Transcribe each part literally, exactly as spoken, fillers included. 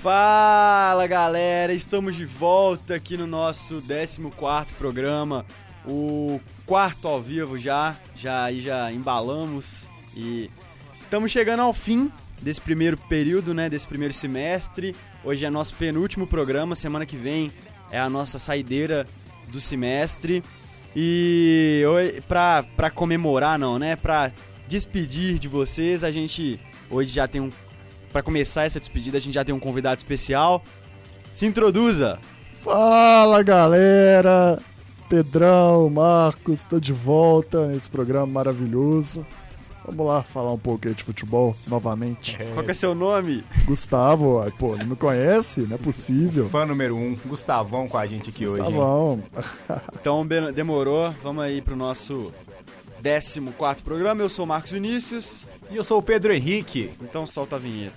Fala galera, estamos de volta aqui no nosso décimo quarto programa, o quarto ao vivo já, já aí já embalamos e estamos chegando ao fim desse primeiro período, né, desse primeiro semestre. Hoje é nosso penúltimo programa, semana que vem é a nossa saideira do semestre e pra, pra comemorar não, né, pra despedir de vocês, a gente hoje já tem um Para começar essa despedida, a gente já tem um convidado especial. Se introduza! Fala, galera! Pedrão, Marcos, tô de volta nesse programa maravilhoso. Vamos lá falar um pouco aí de futebol novamente. É. Qual que é seu nome? Gustavo. Pô, não me conhece? Não é possível. Fã número um, Gustavão com a gente aqui Gustavão. hoje. Gustavão. Então, demorou. Vamos aí pro nosso décimo quarto programa. Eu sou o Marcos Vinícius. E eu sou o Pedro Henrique. Então solta a vinheta.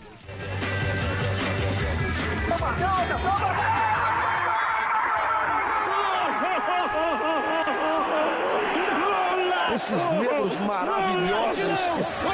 Esses negros maravilhosos que são...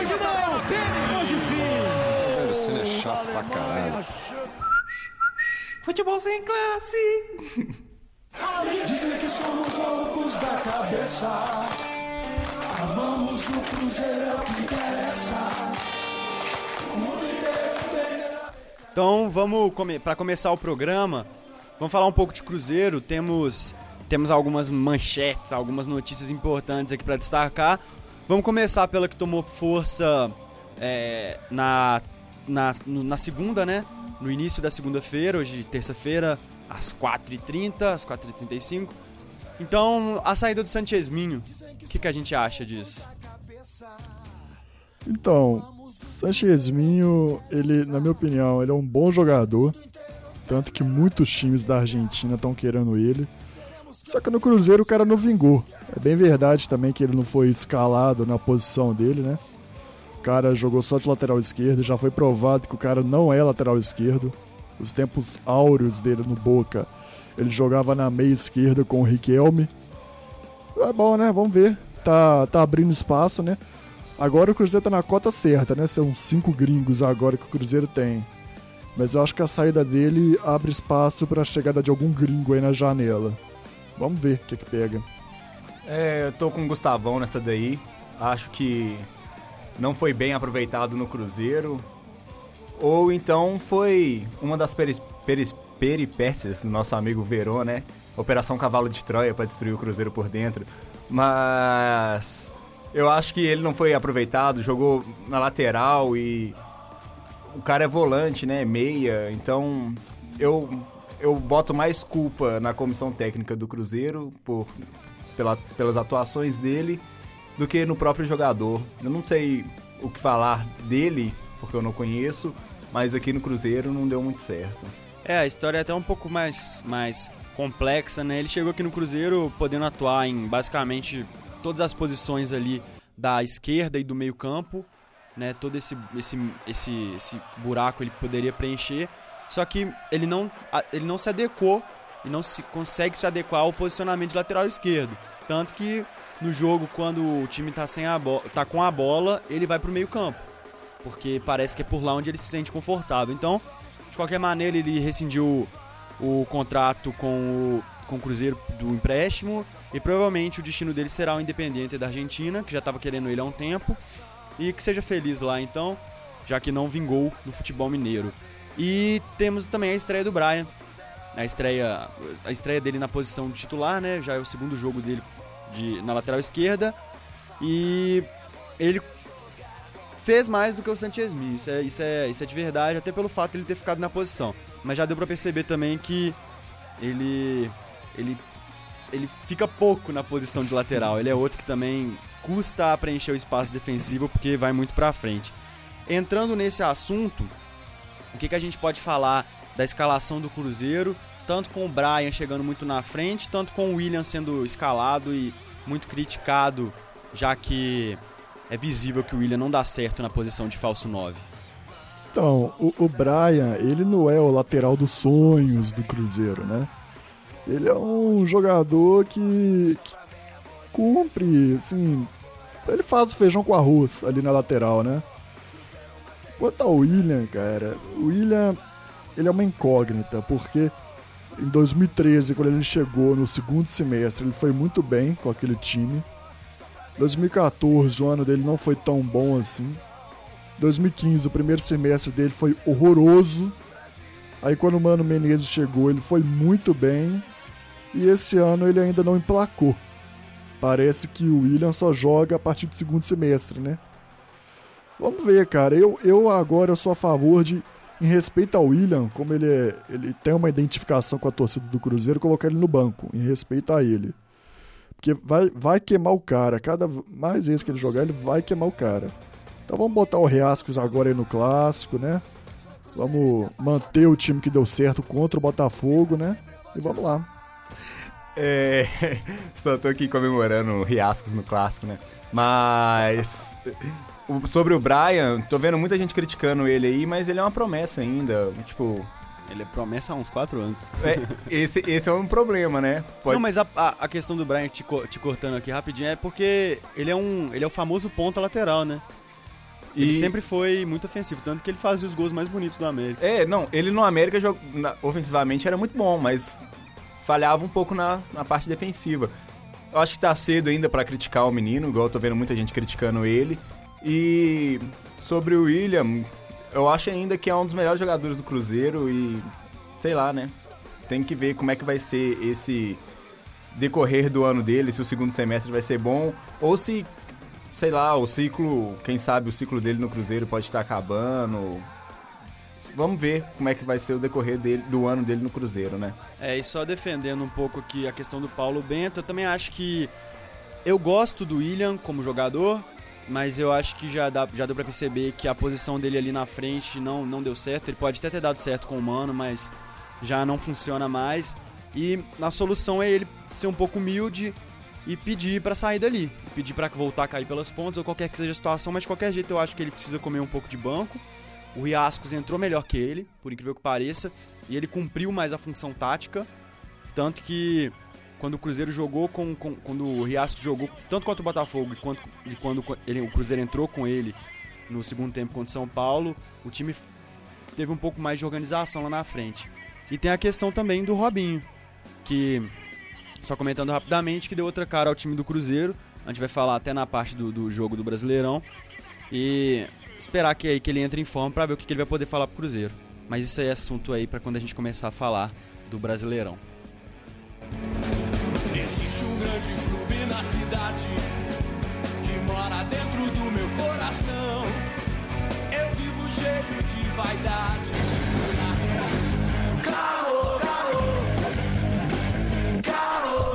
Deve ser chato pra caralho. Futebol sem classe. Dizem que somos loucos da cabeça. Amamos o Cruzeiro, é o que interessa. O mundo inteiro tem... Então vamos, come... para começar o programa, vamos falar um pouco de Cruzeiro. Temos, temos algumas manchetes, algumas notícias importantes aqui para destacar. Vamos começar pela que tomou força é, na, na, na segunda, né? No início da segunda-feira, hoje terça-feira, às quatro e trinta, às quatro e trinta e cinco. Então, a saída do Sanchezminho, o que, que a gente acha disso? Então, Sanchezminho, ele, na minha opinião, ele é um bom jogador, tanto que muitos times da Argentina estão querendo ele. Só que no Cruzeiro o cara não vingou. É bem verdade também que ele não foi escalado na posição dele, né? O cara jogou só de lateral esquerdo, já foi provado que o cara não é lateral esquerdo. Os tempos áureos dele no Boca, ele jogava na meia esquerda com o Riquelme. É bom, né? Vamos ver. Tá, tá abrindo espaço, né? Agora o Cruzeiro tá na cota certa, né? São cinco gringos agora que o Cruzeiro tem. Mas eu acho que a saída dele abre espaço pra chegada de algum gringo aí na janela. Vamos ver o que que pega. É, eu tô com o Gustavão nessa daí. Acho que não foi bem aproveitado no Cruzeiro. Ou então foi uma das peri- peri- peripécias do nosso amigo Verón, né? Operação Cavalo de Troia pra destruir o Cruzeiro por dentro. Mas eu acho que ele não foi aproveitado, jogou na lateral e o cara é volante, né? Meia. Então eu, eu boto mais culpa na comissão técnica do Cruzeiro por, pela, pelas atuações dele do que no próprio jogador. Eu não sei o que falar dele, porque eu não conheço, mas aqui no Cruzeiro não deu muito certo. É, a história é até um pouco mais, mais complexa, né? Ele chegou aqui no Cruzeiro podendo atuar em basicamente todas as posições ali da esquerda e do meio campo, né? Todo esse, esse, esse, esse buraco ele poderia preencher, só que ele não, ele não se adequou e não se consegue se adequar ao posicionamento de lateral esquerdo. Tanto que no jogo, quando o time tá, sem a bo- tá com a bola, ele vai pro meio campo, porque parece que é por lá onde ele se sente confortável. Então, de qualquer maneira, ele rescindiu o, o contrato com o, com o Cruzeiro do empréstimo e provavelmente o destino dele será o Independiente da Argentina, que já estava querendo ele há um tempo, e que seja feliz lá, então, já que não vingou no futebol mineiro. E temos também a estreia do Brian, a estreia, a estreia dele na posição de titular, né? Já é o segundo jogo dele de, na lateral esquerda, e ele fez mais do que o Sanchezminho, isso é, isso, é, isso é de verdade, até pelo fato de ele ter ficado na posição. Mas já deu pra perceber também que ele, ele, ele fica pouco na posição de lateral. Ele é outro que também custa a preencher o espaço defensivo porque vai muito pra frente. Entrando nesse assunto, o que, que a gente pode falar da escalação do Cruzeiro, tanto com o Brian chegando muito na frente, tanto com o William sendo escalado e muito criticado, já que é visível que o William não dá certo na posição de falso nove. Então, o, o Brian, ele não é o lateral dos sonhos do Cruzeiro, né? Ele é um jogador que, que cumpre, assim, ele faz o feijão com arroz ali na lateral, né? Quanto ao William, cara, o William, ele é uma incógnita, porque em dois mil e treze, quando ele chegou no segundo semestre, ele foi muito bem com aquele time. dois mil e quatorze, o ano dele não foi tão bom assim. dois mil e quinze, o primeiro semestre dele foi horroroso. Aí quando o Mano Menezes chegou, ele foi muito bem. E esse ano ele ainda não emplacou. Parece que o William só joga a partir do segundo semestre, né? Vamos ver, cara. Eu, eu agora eu sou a favor de, em respeito ao William, como ele, é, ele tem uma identificação com a torcida do Cruzeiro, colocar ele no banco, em respeito a ele. Porque vai, vai queimar o cara. Cada mais vezes que ele jogar, ele vai queimar o cara. Então vamos botar o Riascos agora aí no clássico, né? Vamos manter o time que deu certo contra o Botafogo, né? E vamos lá. É, só tô aqui comemorando o Riascos no clássico, né? Mas sobre o Brian, tô vendo muita gente criticando ele aí, mas ele é uma promessa ainda, tipo... Ele é promessa há uns quatro anos. É, esse, esse é um problema, né? Pode... Não, mas a, a, a questão do Brian, te, te cortando aqui rapidinho, é porque ele é, um, ele é o famoso ponta lateral, né? Ele E... sempre foi muito ofensivo, tanto que ele fazia os gols mais bonitos do América. É, não, ele no América jog... na, ofensivamente era muito bom, mas falhava um pouco na, na parte defensiva. Eu acho que tá cedo ainda pra criticar o menino, igual eu tô vendo muita gente criticando ele. E sobre o William, eu acho ainda que é um dos melhores jogadores do Cruzeiro e, sei lá, né? Tem que ver como é que vai ser esse decorrer do ano dele, se o segundo semestre vai ser bom, ou se, sei lá, o ciclo, quem sabe o ciclo dele no Cruzeiro pode estar acabando. Vamos ver como é que vai ser o decorrer dele, do ano dele no Cruzeiro, né? É, e só defendendo um pouco aqui a questão do Paulo Bento, eu também acho que eu gosto do William como jogador, mas eu acho que já, dá, já deu pra perceber que a posição dele ali na frente não, não deu certo. Ele pode até ter dado certo com o Mano, mas já não funciona mais. E a solução é ele ser um pouco humilde e pedir pra sair dali. Pedir pra voltar a cair pelas pontas ou qualquer que seja a situação, mas de qualquer jeito eu acho que ele precisa comer um pouco de banco. O Riascos entrou melhor que ele, por incrível que pareça, e ele cumpriu mais a função tática, tanto que quando o Cruzeiro jogou com, com quando o Riascos jogou tanto contra o Botafogo quanto e quando ele, o Cruzeiro entrou com ele no segundo tempo contra o São Paulo, o time teve um pouco mais de organização lá na frente. E tem a questão também do Robinho, que, só comentando rapidamente, que deu outra cara ao time do Cruzeiro. A gente vai falar até na parte do, do jogo do Brasileirão. E esperar que, aí, que ele entre em forma para ver o que, que ele vai poder falar pro Cruzeiro. Mas isso aí é assunto aí para quando a gente começar a falar do Brasileirão. Existe um grande clube na cidade que mora dentro do meu coração. Eu vivo cheio de vaidade. Calor, calor, calor,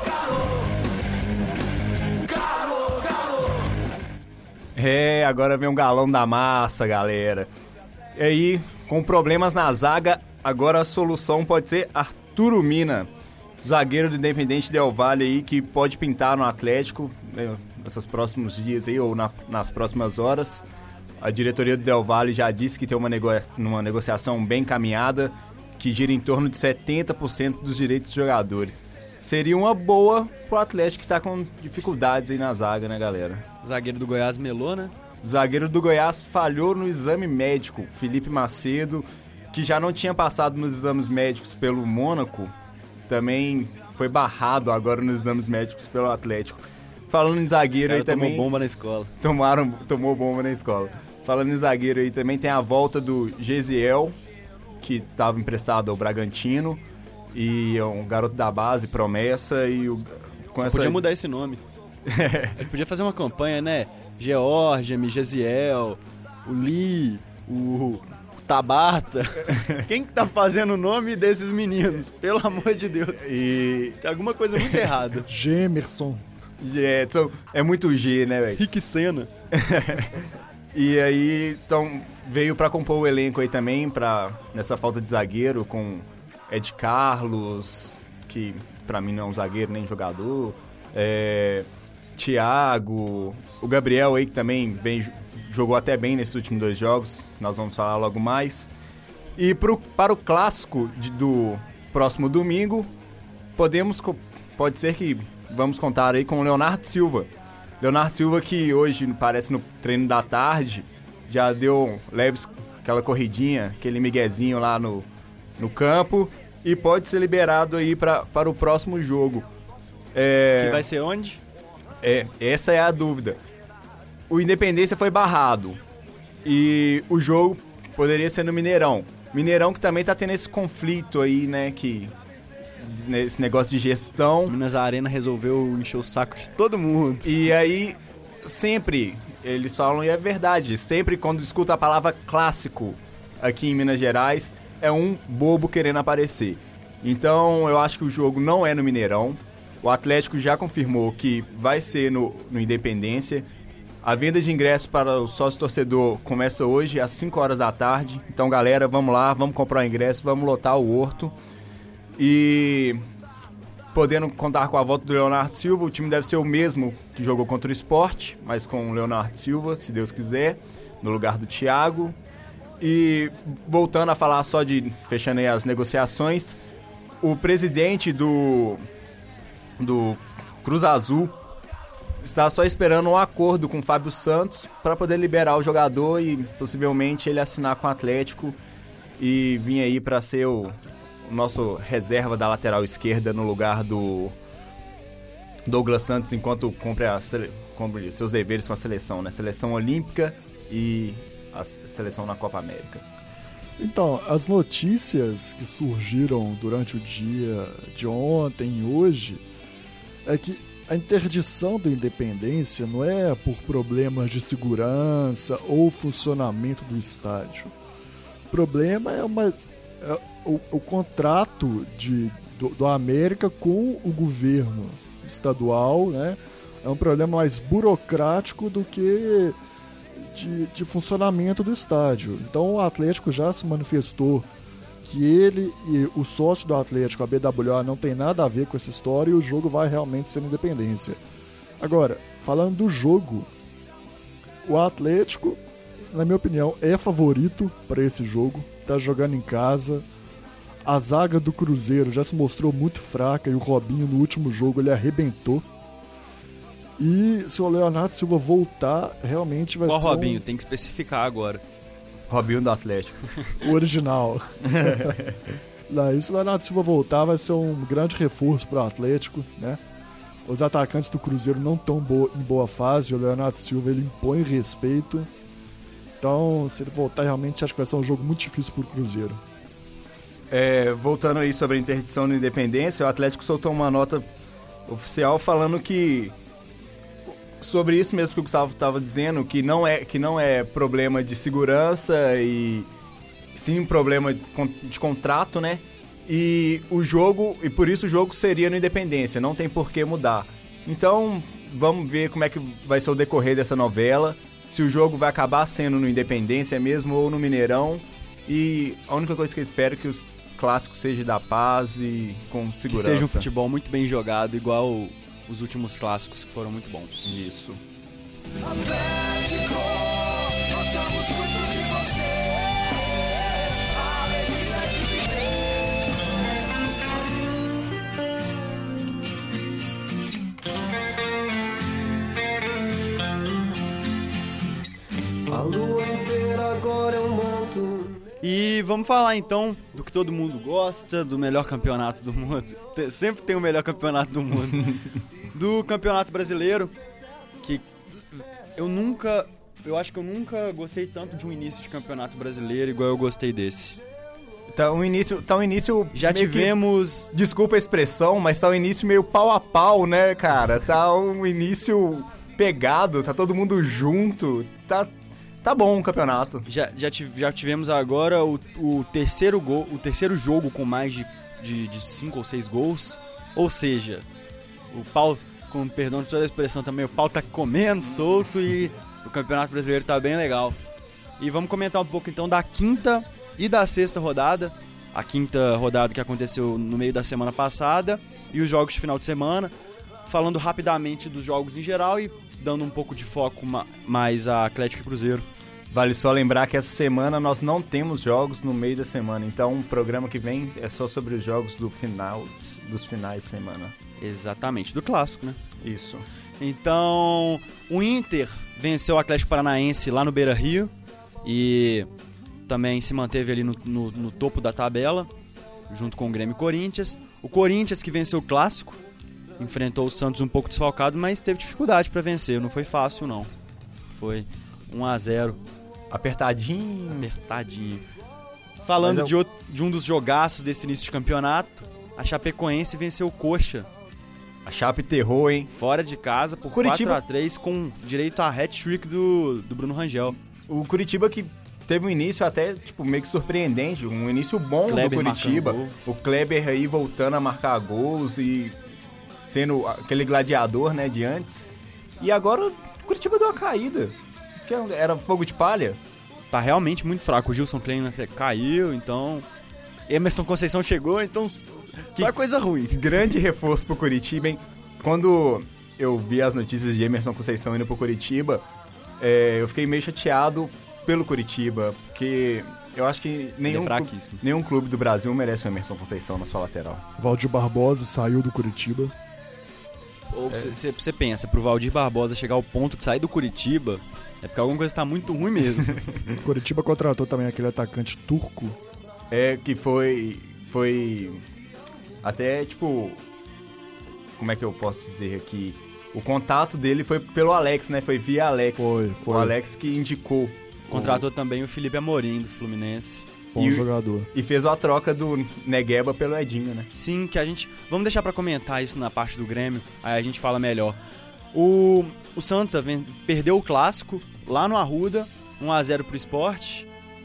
calor, calor, calor. É, agora vem um galão da massa, galera. E aí, com problemas na zaga, agora a solução pode ser Arturo Mina, zagueiro do Independente Del Valle aí, que pode pintar no Atlético, né, nesses próximos dias aí, ou na, nas próximas horas. A diretoria do Del Valle já disse que tem uma, nego- uma negociação bem caminhada, que gira em torno de setenta por cento dos direitos dos jogadores. Seria uma boa pro Atlético, que tá com dificuldades aí na zaga, né, galera? O zagueiro do Goiás melou, né? O zagueiro do Goiás falhou no exame médico. Felipe Macedo, que já não tinha passado nos exames médicos pelo Mônaco, também foi barrado agora nos exames médicos pelo Atlético. Falando em zagueiro aí também... tomou bomba na escola. Tomaram, tomou bomba na escola. Falando em zagueiro aí também tem a volta do Gesiel, que estava emprestado ao Bragantino, e é um garoto da base, promessa, e o... Com Só essa... podia mudar esse nome. A gente podia fazer uma campanha, né? Georgia, Gesiel, o Lee, o Tabata. Quem que tá fazendo o nome desses meninos? Pelo amor de Deus. E... Tem alguma coisa muito errada. Gemerson. É, são- é muito G, né, velho? Rick Senna. E aí, então, veio pra compor o elenco aí também, pra, nessa falta de zagueiro, com Ed Carlos, que pra mim não é um zagueiro nem jogador, é, Thiago, o Gabriel aí, que também vem, jogou até bem nesses últimos dois jogos, nós vamos falar logo mais. E pro, para o clássico de- do próximo domingo, podemos, co- pode ser que vamos contar aí com o Leonardo Silva. Leonardo Silva, que hoje parece no treino da tarde, já deu leves aquela corridinha, aquele miguezinho lá no, no campo e pode ser liberado aí pra, para o próximo jogo. É, Que vai ser onde? é, essa é a dúvida. O Independência foi barrado e o jogo poderia ser no Mineirão. Mineirão que também tá tendo esse conflito aí, né, que esse negócio de gestão. Minas Arena resolveu encher o saco de todo mundo. E aí, sempre, eles falam, e é verdade, sempre quando escuta a palavra clássico aqui em Minas Gerais, é um bobo querendo aparecer. Então, eu acho que o jogo não é no Mineirão. O Atlético já confirmou que vai ser no, no Independência. A venda de ingressos para o sócio-torcedor começa hoje às cinco horas da tarde. Então, galera, vamos lá, vamos comprar o ingresso, vamos lotar o Horto. E podendo contar com a volta do Leonardo Silva, o time deve ser o mesmo que jogou contra o Sport, mas com o Leonardo Silva, se Deus quiser, no lugar do Thiago. E voltando a falar só de, fechando aí as negociações, o presidente do, do Cruz Azul está só esperando um acordo com o Fábio Santos para poder liberar o jogador e possivelmente ele assinar com o Atlético e vir aí para ser o, o nosso reserva da lateral esquerda no lugar do Douglas Santos enquanto cumpre, a, cumpre seus deveres com a seleção, né? Seleção olímpica e a seleção na Copa América. Então, as notícias que surgiram durante o dia de ontem e hoje é que a interdição da Independência não é por problemas de segurança ou funcionamento do estádio. O problema é, uma, é o, o contrato de, do, do América com o governo estadual, né? É um problema mais burocrático do que de, de funcionamento do estádio. Então o Atlético já se manifestou que ele e o sócio do Atlético, a B W A, não tem nada a ver com essa história e o jogo vai realmente ser Independência. Agora, falando do jogo, o Atlético, na minha opinião, é favorito para esse jogo, tá jogando em casa. A zaga do Cruzeiro já se mostrou muito fraca e o Robinho no último jogo ele arrebentou. E se o Leonardo Silva voltar, realmente vai Qual ser Robinho? um... Tem que especificar agora. Robinho do Atlético. o original. Lá, e se o Leonardo Silva voltar, vai ser um grande reforço para o Atlético, né? Os atacantes do Cruzeiro não estão bo- em boa fase, o Leonardo Silva ele impõe respeito. Então, se ele voltar, realmente acho que vai ser um jogo muito difícil para o Cruzeiro. É, voltando aí sobre a interdição da Independência, o Atlético soltou uma nota oficial falando que sobre isso mesmo que o Gustavo estava dizendo, que não, é, que não é problema de segurança e sim problema de, de contrato, né? E o jogo, e por isso o jogo seria no Independência, não tem por que mudar. Então, vamos ver como é que vai ser o decorrer dessa novela, se o jogo vai acabar sendo no Independência mesmo ou no Mineirão. E a única coisa que eu espero é que os clássicos sejam da paz e com segurança. Que seja um futebol muito bem jogado, igual os últimos clássicos que foram muito bons. Isso. Atlético, gostamos muito de você. A alegria de viver. A lua inteira agora é um manto. E vamos falar então do que todo mundo gosta, do melhor campeonato do mundo. Sempre tem o melhor campeonato do mundo. Do Campeonato Brasileiro, que eu nunca, eu acho que eu nunca gostei tanto de um início de Campeonato Brasileiro igual eu gostei desse. Tá um início, tá um início Já tivemos... Que, desculpa a expressão, mas tá um início meio pau a pau, né, cara? Tá um início pegado, tá todo mundo junto, tá... Tá bom o campeonato. Já, já, já tivemos agora o, o, terceiro gol, o terceiro jogo com mais de, de, de cinco ou seis gols. Ou seja, o pau, com perdão de toda a expressão também, o pau tá comendo solto e o Campeonato Brasileiro tá bem legal. E vamos comentar um pouco então da quinta e da sexta rodada. A quinta rodada que aconteceu no meio da semana passada e os jogos de final de semana. Falando rapidamente dos jogos em geral e dando um pouco de foco mais a Atlético e Cruzeiro. Vale só lembrar que essa semana nós não temos jogos no meio da semana, então o programa que vem é só sobre os jogos do final, dos finais de semana. Exatamente, do clássico, né? Isso. Então, o Inter venceu o Atlético Paranaense lá no Beira-Rio e também se manteve ali no, no, no topo da tabela. junto com o Grêmio e Corinthians. O Corinthians, que venceu o Clássico, enfrentou o Santos um pouco desfalcado, mas teve dificuldade para vencer. Não foi fácil, não. Foi um a zero. Apertadinho. Apertadinho. Falando eu... de, outro, de um dos jogaços desse início de campeonato, a Chapecoense venceu o Coxa. A Chape terrou, hein? Fora de casa por Curitiba... quatro a três, com direito a hat-trick do, do Bruno Rangel. O Curitiba que teve um início até tipo, meio que surpreendente, um início bom Kleber do Curitiba. Gol. O Kleber aí voltando a marcar gols e sendo aquele gladiador, né, de antes. E agora o Curitiba deu uma caída. Que era fogo de palha. Tá realmente muito fraco. O Gilson Klein caiu, então... Emerson Conceição chegou, então... Que só coisa ruim. Grande reforço pro Curitiba, hein? Quando eu vi as notícias de Emerson Conceição indo pro Curitiba, é, eu fiquei meio chateado pelo Curitiba, porque eu acho que nenhum, é clube, nenhum clube do Brasil merece o Emerson Conceição na sua lateral. Valdir Barbosa saiu do Curitiba. Você é. pensa, pro Valdir Barbosa chegar ao ponto de sair do Curitiba, é porque alguma coisa tá muito ruim mesmo. O Curitiba contratou também aquele atacante turco. É, que foi... Foi... Até, tipo... Como é que eu posso dizer aqui? O contato dele foi pelo Alex, né? Foi via Alex. Foi, foi. O Alex que indicou. Contratou o... também o Felipe Amorim, do Fluminense. Bom e, jogador. E fez a troca do Negueba pelo Edinho, né? Sim, que a gente... Vamos deixar pra comentar isso na parte do Grêmio, aí a gente fala melhor. O, o Santa vem, perdeu o Clássico lá no Arruda, um a zero pro Sport.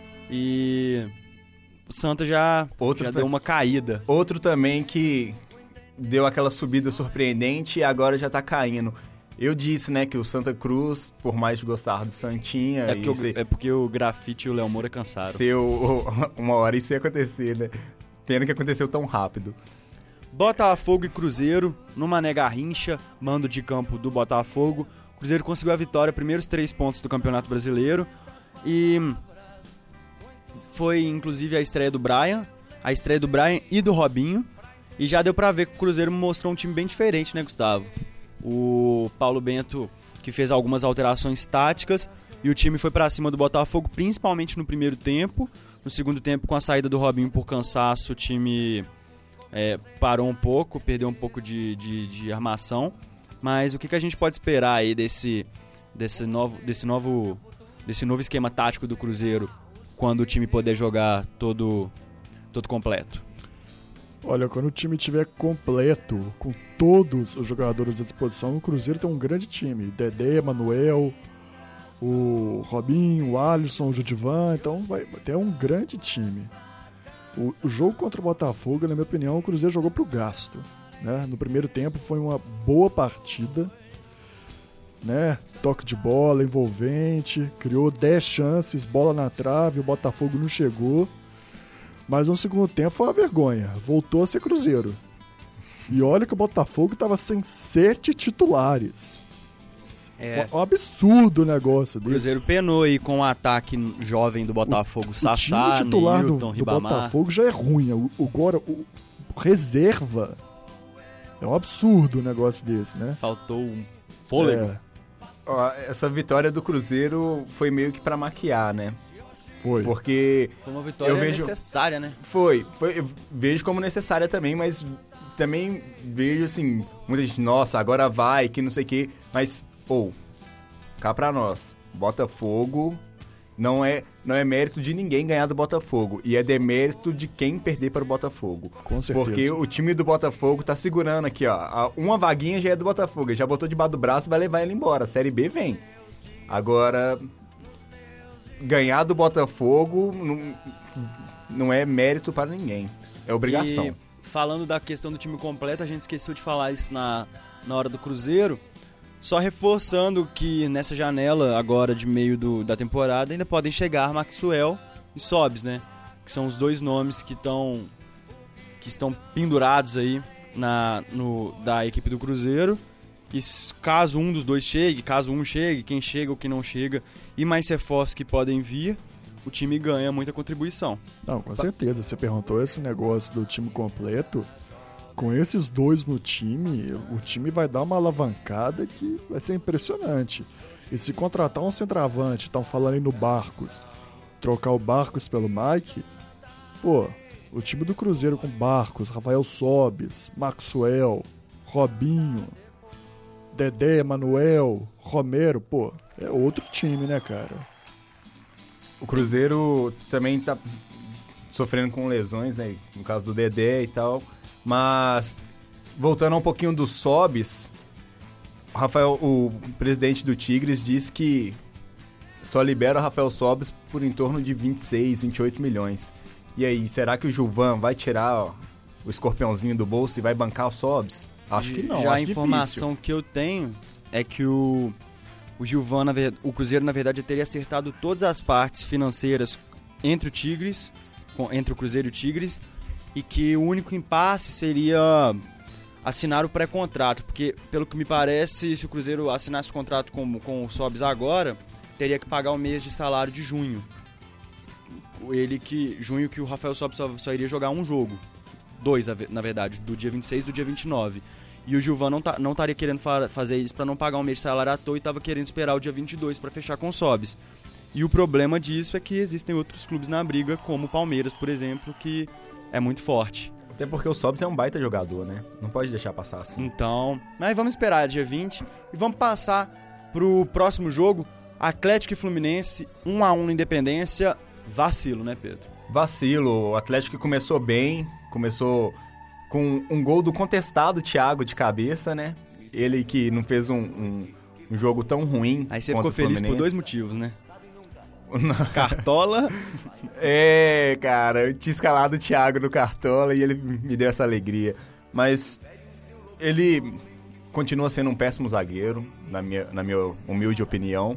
E o Santa já, Outro já tá... deu uma caída. Outro também que deu aquela subida surpreendente e agora já tá caindo. Eu disse, né, que o Santa Cruz, por mais de gostar do Santinha... É porque, o, ser, é porque o Grafite e o Léo Moura cansaram. Ser o, uma hora isso ia acontecer, né? Pena que aconteceu tão rápido. Botafogo e Cruzeiro, no Mané Garrincha, mando de campo do Botafogo. O Cruzeiro conseguiu a vitória, primeiros três pontos do Campeonato Brasileiro. E foi, inclusive, a estreia do Brian, a estreia do Brian e do Robinho. E já deu pra ver que o Cruzeiro mostrou um time bem diferente, né, Gustavo? O Paulo Bento, que fez algumas alterações táticas, e o time foi pra cima do Botafogo, principalmente no primeiro tempo. No segundo tempo, com a saída do Robinho por cansaço, o time é, parou um pouco, perdeu um pouco de, de, de armação. Mas o que, que a gente pode esperar aí desse, desse, novo, desse, novo, desse novo esquema tático do Cruzeiro, quando o time puder jogar todo, todo completo? Olha, quando o time estiver completo, com todos os jogadores à disposição, o Cruzeiro tem um grande time. Dedé, Manuel, o Robinho, o Alisson, o Judivan, então vai ter um grande time. O, o jogo contra o Botafogo, na minha opinião, o Cruzeiro jogou pro gasto. Né? No primeiro tempo foi uma boa partida, né? Toque de bola, envolvente, criou dez chances, bola na trave, o Botafogo não chegou. Mas no segundo tempo foi uma vergonha. Voltou a ser Cruzeiro. E olha que o Botafogo estava sem sete titulares. É Um absurdo o negócio dele. O Cruzeiro penou aí com o ataque jovem do Botafogo. O, Sassá, o time titular Newton, do, do Ribamar. Botafogo já é ruim. O, o, agora, o, o reserva é um absurdo um negócio desse, né? Faltou um fôlego. É, Ó, essa vitória do Cruzeiro foi meio que pra maquiar, né? foi. Porque Foi uma vitória eu vejo... necessária, né? Foi, foi, eu vejo como necessária também, mas também vejo assim, muita gente, nossa, agora vai, que não sei o quê, mas, ou, cá pra nós, Botafogo não é, não é mérito de ninguém ganhar do Botafogo, e é demérito de quem perder para o Botafogo. Com certeza. Porque o time do Botafogo tá segurando aqui, ó, uma vaguinha já é do Botafogo, ele já botou debaixo do braço e vai levar ele embora, a Série B vem. Agora... ganhar do Botafogo não, não é mérito para ninguém. É obrigação. E falando da questão do time completo, a gente esqueceu de falar isso na, na hora do Cruzeiro. Só reforçando que nessa janela agora de meio do, da temporada ainda podem chegar Maxwell e Sobs, né? Que são os dois nomes que, tão, que estão pendurados aí na, no, da equipe do Cruzeiro. E caso um dos dois chegue, caso um chegue, quem chega ou quem não chega, e mais reforços que podem vir, o time ganha muita contribuição. Não, com certeza. Você perguntou esse negócio do time completo. Com esses dois no time, o time vai dar uma alavancada que vai ser impressionante. E se contratar um centroavante, estão falando aí no Barcos, trocar o Barcos pelo Mike, pô, O time do Cruzeiro com Barcos, Rafael Sobis, Maxwell, Robinho, Dedé, Manuel, Romero, pô, é outro time, né, cara? O Cruzeiro também tá sofrendo com lesões, né? No caso do Dedé e tal. Mas, voltando um pouquinho dos Sobis, o Rafael, o presidente do Tigres, disse que só libera o Rafael Sobis por em torno de vinte e seis, vinte e oito milhões. E aí, será que o Gilvan vai tirar ó, o escorpiãozinho do bolso e vai bancar o Sobis? Acho que não, Já acho a informação difícil. que eu tenho é que o, o Gilvan, na ver, o Cruzeiro, na verdade, teria acertado todas as partes financeiras entre o Tigres, com, entre o Cruzeiro e o Tigres, e que o único impasse seria assinar o pré-contrato, porque, pelo que me parece, se o Cruzeiro assinasse o contrato com, com o Sobis agora, teria que pagar o mês de salário de junho. Ele que, junho que o Rafael Sobis só, só iria jogar um jogo. Dois, na verdade, do dia vinte e seis e do dia vinte e nove. E o Gilvan não tá, não estaria querendo fa- fazer isso para não pagar um mês de salário à toa e estava querendo esperar o dia vinte e dois para fechar com o Sobis. E o problema disso é que existem outros clubes na briga, como o Palmeiras, por exemplo, que é muito forte. Até porque o Sobis é um baita jogador, né? Não pode deixar passar assim. Então, mas vamos esperar dia vinte e vamos passar pro próximo jogo, Atlético e Fluminense, um a um na Independência. Vacilo, né, Pedro? Vacilo, o Atlético começou bem, começou com um gol do contestado Thiago de cabeça, né? Ele que não fez um, um, um jogo tão ruim. Aí você contra ficou o feliz por Fluminense. dois motivos, né? Cartola. É, cara, eu tinha escalado o Thiago no Cartola e ele me deu essa alegria. Mas ele continua sendo um péssimo zagueiro, na minha, na minha humilde opinião.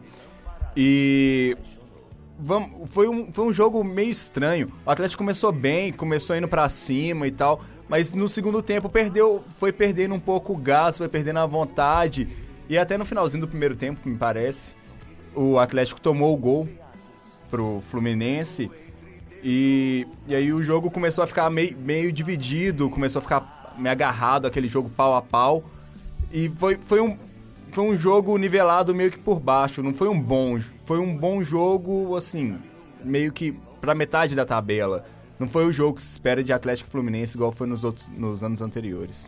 E vamos, foi, um, foi um jogo meio estranho. O Atlético começou bem, começou indo pra cima e tal, mas no segundo tempo perdeu, foi perdendo um pouco o gás, foi perdendo a vontade. E até no finalzinho do primeiro tempo, me parece, o Atlético tomou o gol pro Fluminense e, e aí o jogo começou a ficar meio, meio dividido, começou a ficar meio agarrado, aquele jogo pau a pau, e foi, foi, um, foi um jogo nivelado meio que por baixo, não foi um bom, foi um bom jogo, assim, meio que pra metade da tabela, não foi o jogo que se espera de Atlético e Fluminense igual foi nos, outros, nos anos anteriores.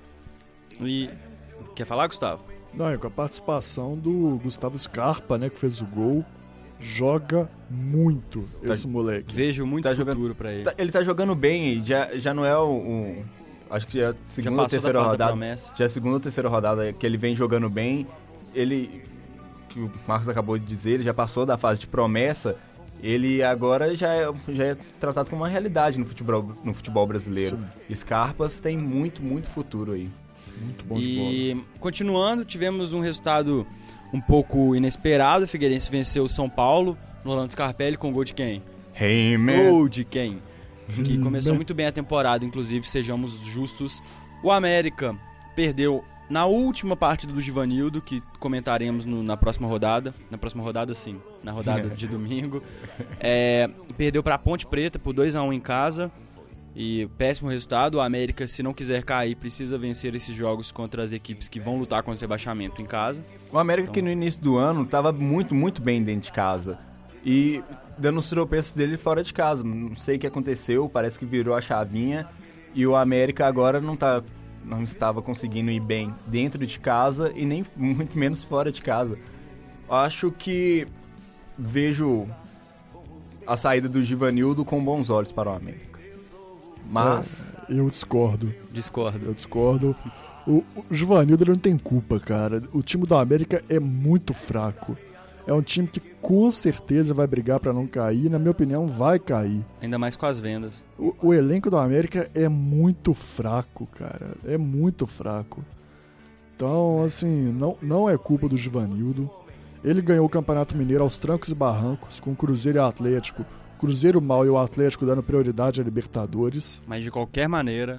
E quer falar, Gustavo? Não, é com a participação do Gustavo Scarpa, né, que fez o gol. Joga muito Tá, esse moleque. Vejo muito Tá futuro jogando- pra ele. Tá- ele tá jogando bem, e já, já não é o... o- acho que já é a Já segunda ou passou da terceira fase da rodada. promessa. Já é a segunda ou terceira rodada que ele vem jogando bem. Ele, que o Marcos acabou de dizer, ele já passou da fase de promessa. Ele agora já é, já é tratado como uma realidade no futebol, no futebol brasileiro. Scarpas tem muito, muito futuro aí. Muito bom de bola. E continuando, tivemos um resultado um pouco inesperado. O Figueirense venceu o São Paulo no Orlando Scarpelli com gol de quem? Hey, man! Gol de quem? Que começou muito bem a temporada, inclusive, sejamos justos. O América perdeu na última partida do Givanildo, que comentaremos no- na próxima rodada. Na próxima rodada, sim. Na rodada de domingo. É, perdeu para a Ponte Preta por dois a um em casa. E péssimo resultado. O América, se não quiser cair, precisa vencer esses jogos contra as equipes que vão lutar contra o rebaixamento em casa. O América que no início do ano tava muito, muito bem dentro de casa. E dando os tropeços dele fora de casa. Não sei o que aconteceu, parece que virou a chavinha. E o América agora não, tá, não estava conseguindo ir bem dentro de casa e nem muito menos fora de casa. Acho que vejo a saída do Givanildo com bons olhos para o América. Mas... É, eu discordo. Discordo. Eu discordo. O, o Givanildo ele não tem culpa, cara. O time do América é muito fraco. É um time que com certeza vai brigar pra não cair. Na minha opinião, vai cair. Ainda mais com as vendas. O, o elenco do América é muito fraco, cara. É muito fraco. Então, assim, não, não é culpa do Givanildo. Ele ganhou o Campeonato Mineiro aos trancos e barrancos, com o Cruzeiro e o Atlético. Cruzeiro mal e o Atlético dando prioridade a Libertadores. Mas de qualquer maneira,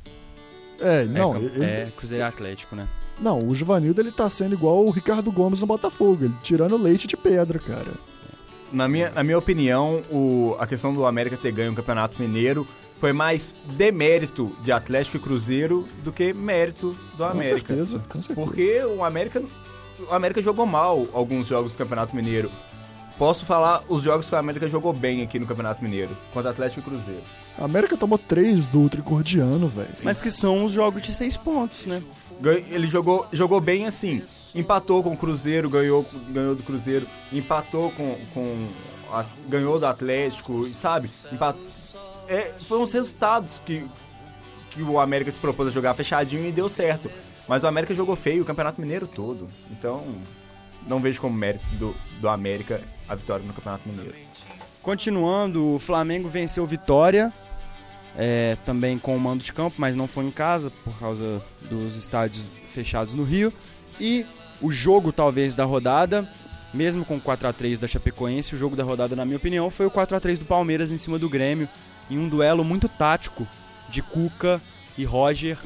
É, não, é, ele, é Cruzeiro e Atlético, né? não, o Givanildo ele tá sendo igual o Ricardo Gomes no Botafogo, ele tirando leite de pedra, cara. Na minha, na minha opinião, o, a questão do América ter ganho o Campeonato Mineiro foi mais demérito de Atlético e Cruzeiro do que mérito do América. Com certeza, com certeza. Porque o América, o América jogou mal alguns jogos do Campeonato Mineiro. posso falar os jogos que o América jogou bem aqui no Campeonato Mineiro, contra Atlético e Cruzeiro. A América tomou três do Tricordiano, velho. Mas que são os jogos de seis pontos, né? Ele jogou, jogou bem assim, empatou com o Cruzeiro, ganhou, ganhou do Cruzeiro, empatou com, com a, ganhou do Atlético, sabe? Empat... É, foram os resultados que, que o América se propôs a jogar fechadinho e deu certo. Mas o América jogou feio o Campeonato Mineiro todo. Então, não vejo como mérito do, do América a vitória no Campeonato Mineiro. Continuando, o Flamengo venceu Vitória, é, também com o mando de campo, mas não foi em casa por causa dos estádios fechados no Rio. E o jogo, talvez, da rodada, mesmo com o quatro a três da Chapecoense, o jogo da rodada, na minha opinião, foi o quatro a três do Palmeiras em cima do Grêmio, em um duelo muito tático de Cuca e Roger.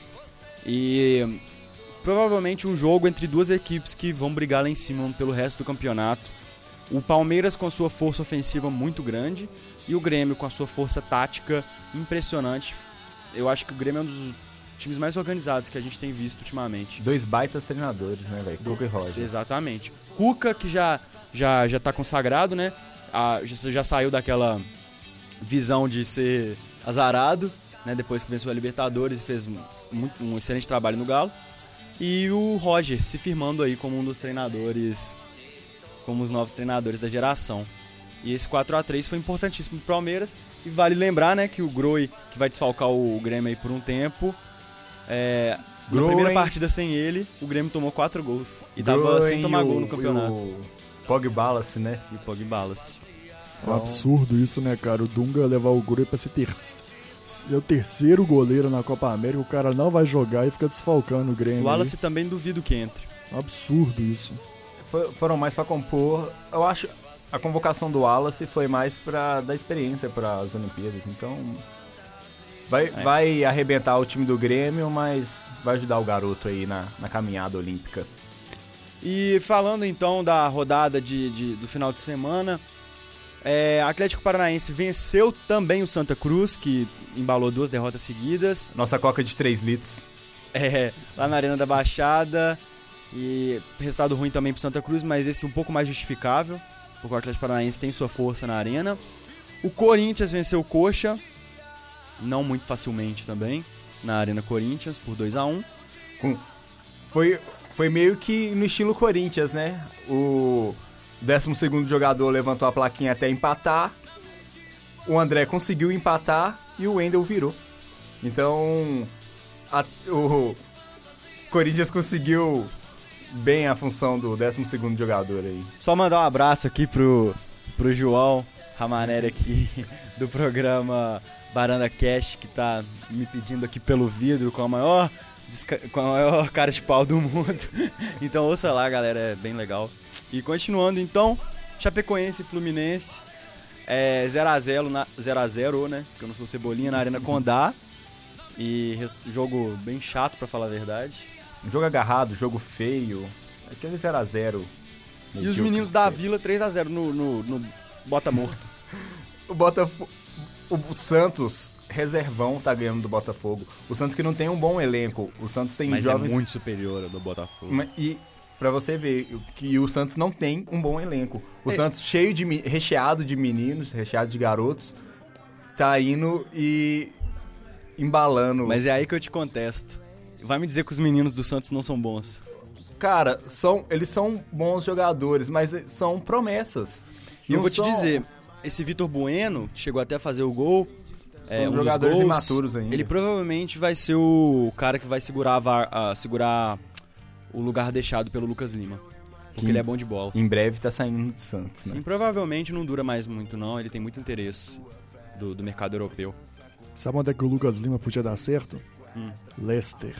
E provavelmente um jogo entre duas equipes que vão brigar lá em cima pelo resto do campeonato. O Palmeiras com a sua força ofensiva muito grande e o Grêmio com a sua força tática impressionante. Eu acho que o Grêmio é um dos times mais organizados que a gente tem visto ultimamente. Dois baitas treinadores, né, velho? Cuca e Roger. Exatamente. Cuca, que já, já, já tá consagrado, né? A, já, já saiu daquela visão de ser azarado, né? Depois que venceu a Libertadores e fez um, um excelente trabalho no Galo. E o Roger se firmando aí como um dos treinadores, como os novos treinadores da geração. E esse quatro a três foi importantíssimo pro Palmeiras. E vale lembrar, né, que o Groi, que vai desfalcar o Grêmio aí por um tempo, é, na primeira partida sem ele, o Grêmio tomou quatro gols. E Groen tava sem tomar gol no campeonato. E o Pogbalas, né? E o Pogbalas. É um absurdo isso, né, cara? O Dunga levar o Groi pra ser terceiro. É o terceiro goleiro na Copa América, o cara não vai jogar e fica desfalcando o Grêmio. O Wallace aí. Também duvido que entre. Absurdo isso. For, foram mais pra compor. Eu acho a convocação do Wallace foi mais pra dar experiência para as Olimpíadas. Então vai, é. vai arrebentar o time do Grêmio, mas vai ajudar o garoto aí na, na caminhada olímpica. E falando então da rodada de, de, do final de semana, é, Atlético Paranaense venceu também o Santa Cruz, que embalou duas derrotas seguidas. Nossa coca de três litros. É, lá na Arena da Baixada. E resultado ruim também pro Santa Cruz, mas esse um pouco mais justificável, porque o Atlético Paranaense tem sua força na arena. O Corinthians venceu o Coxa, não muito facilmente também, na Arena Corinthians, por dois a um. Com... Foi, foi meio que no estilo Corinthians, né? O décimo segundo jogador levantou a plaquinha até empatar, o André conseguiu empatar e o Wendel virou. Então, a, o Corinthians conseguiu bem a função do décimo segundo jogador aí. Só mandar um abraço aqui pro, pro João Ramaneri aqui do programa Baranda Cash, que tá me pedindo aqui pelo vidro com a maior, com a maior cara de pau do mundo. Então ouça lá, galera, é bem legal. E continuando então, Chapecoense e Fluminense, é, zero a zero, na, zero a zero, né? Porque eu não sou Cebolinha, na Arena Condá. E res, jogo bem chato, pra falar a verdade. Jogo agarrado, jogo feio. Aquele zero a zero. E os meninos da Vila três a zero no, no, no Bota Morto. o, Botafogo, o, o Santos, reservão, tá ganhando do Botafogo. O Santos que não tem um bom elenco. O Santos tem Mas jovens... é muito superior ao do Botafogo. E pra você ver que o Santos não tem um bom elenco. O é. Santos cheio de... recheado de meninos, recheado de garotos, tá indo e... embalando. Mas é aí que eu te contesto. Vai me dizer que os meninos do Santos não são bons. Cara, são, eles são bons jogadores, mas são promessas. E eu não vou te são... dizer, esse Vitor Bueno, que chegou até a fazer o gol, são é, um jogadores gols, imaturos ainda. Ele provavelmente vai ser o cara que vai segurar, a var, a, segurar o lugar deixado pelo Lucas Lima. Porque que ele é bom de bola. Em breve tá saindo do Santos, né? Sim, provavelmente não dura mais muito não, ele tem muito interesse do, do mercado europeu. Sabe onde é que o Lucas Lima podia dar certo? Hum. Leicester.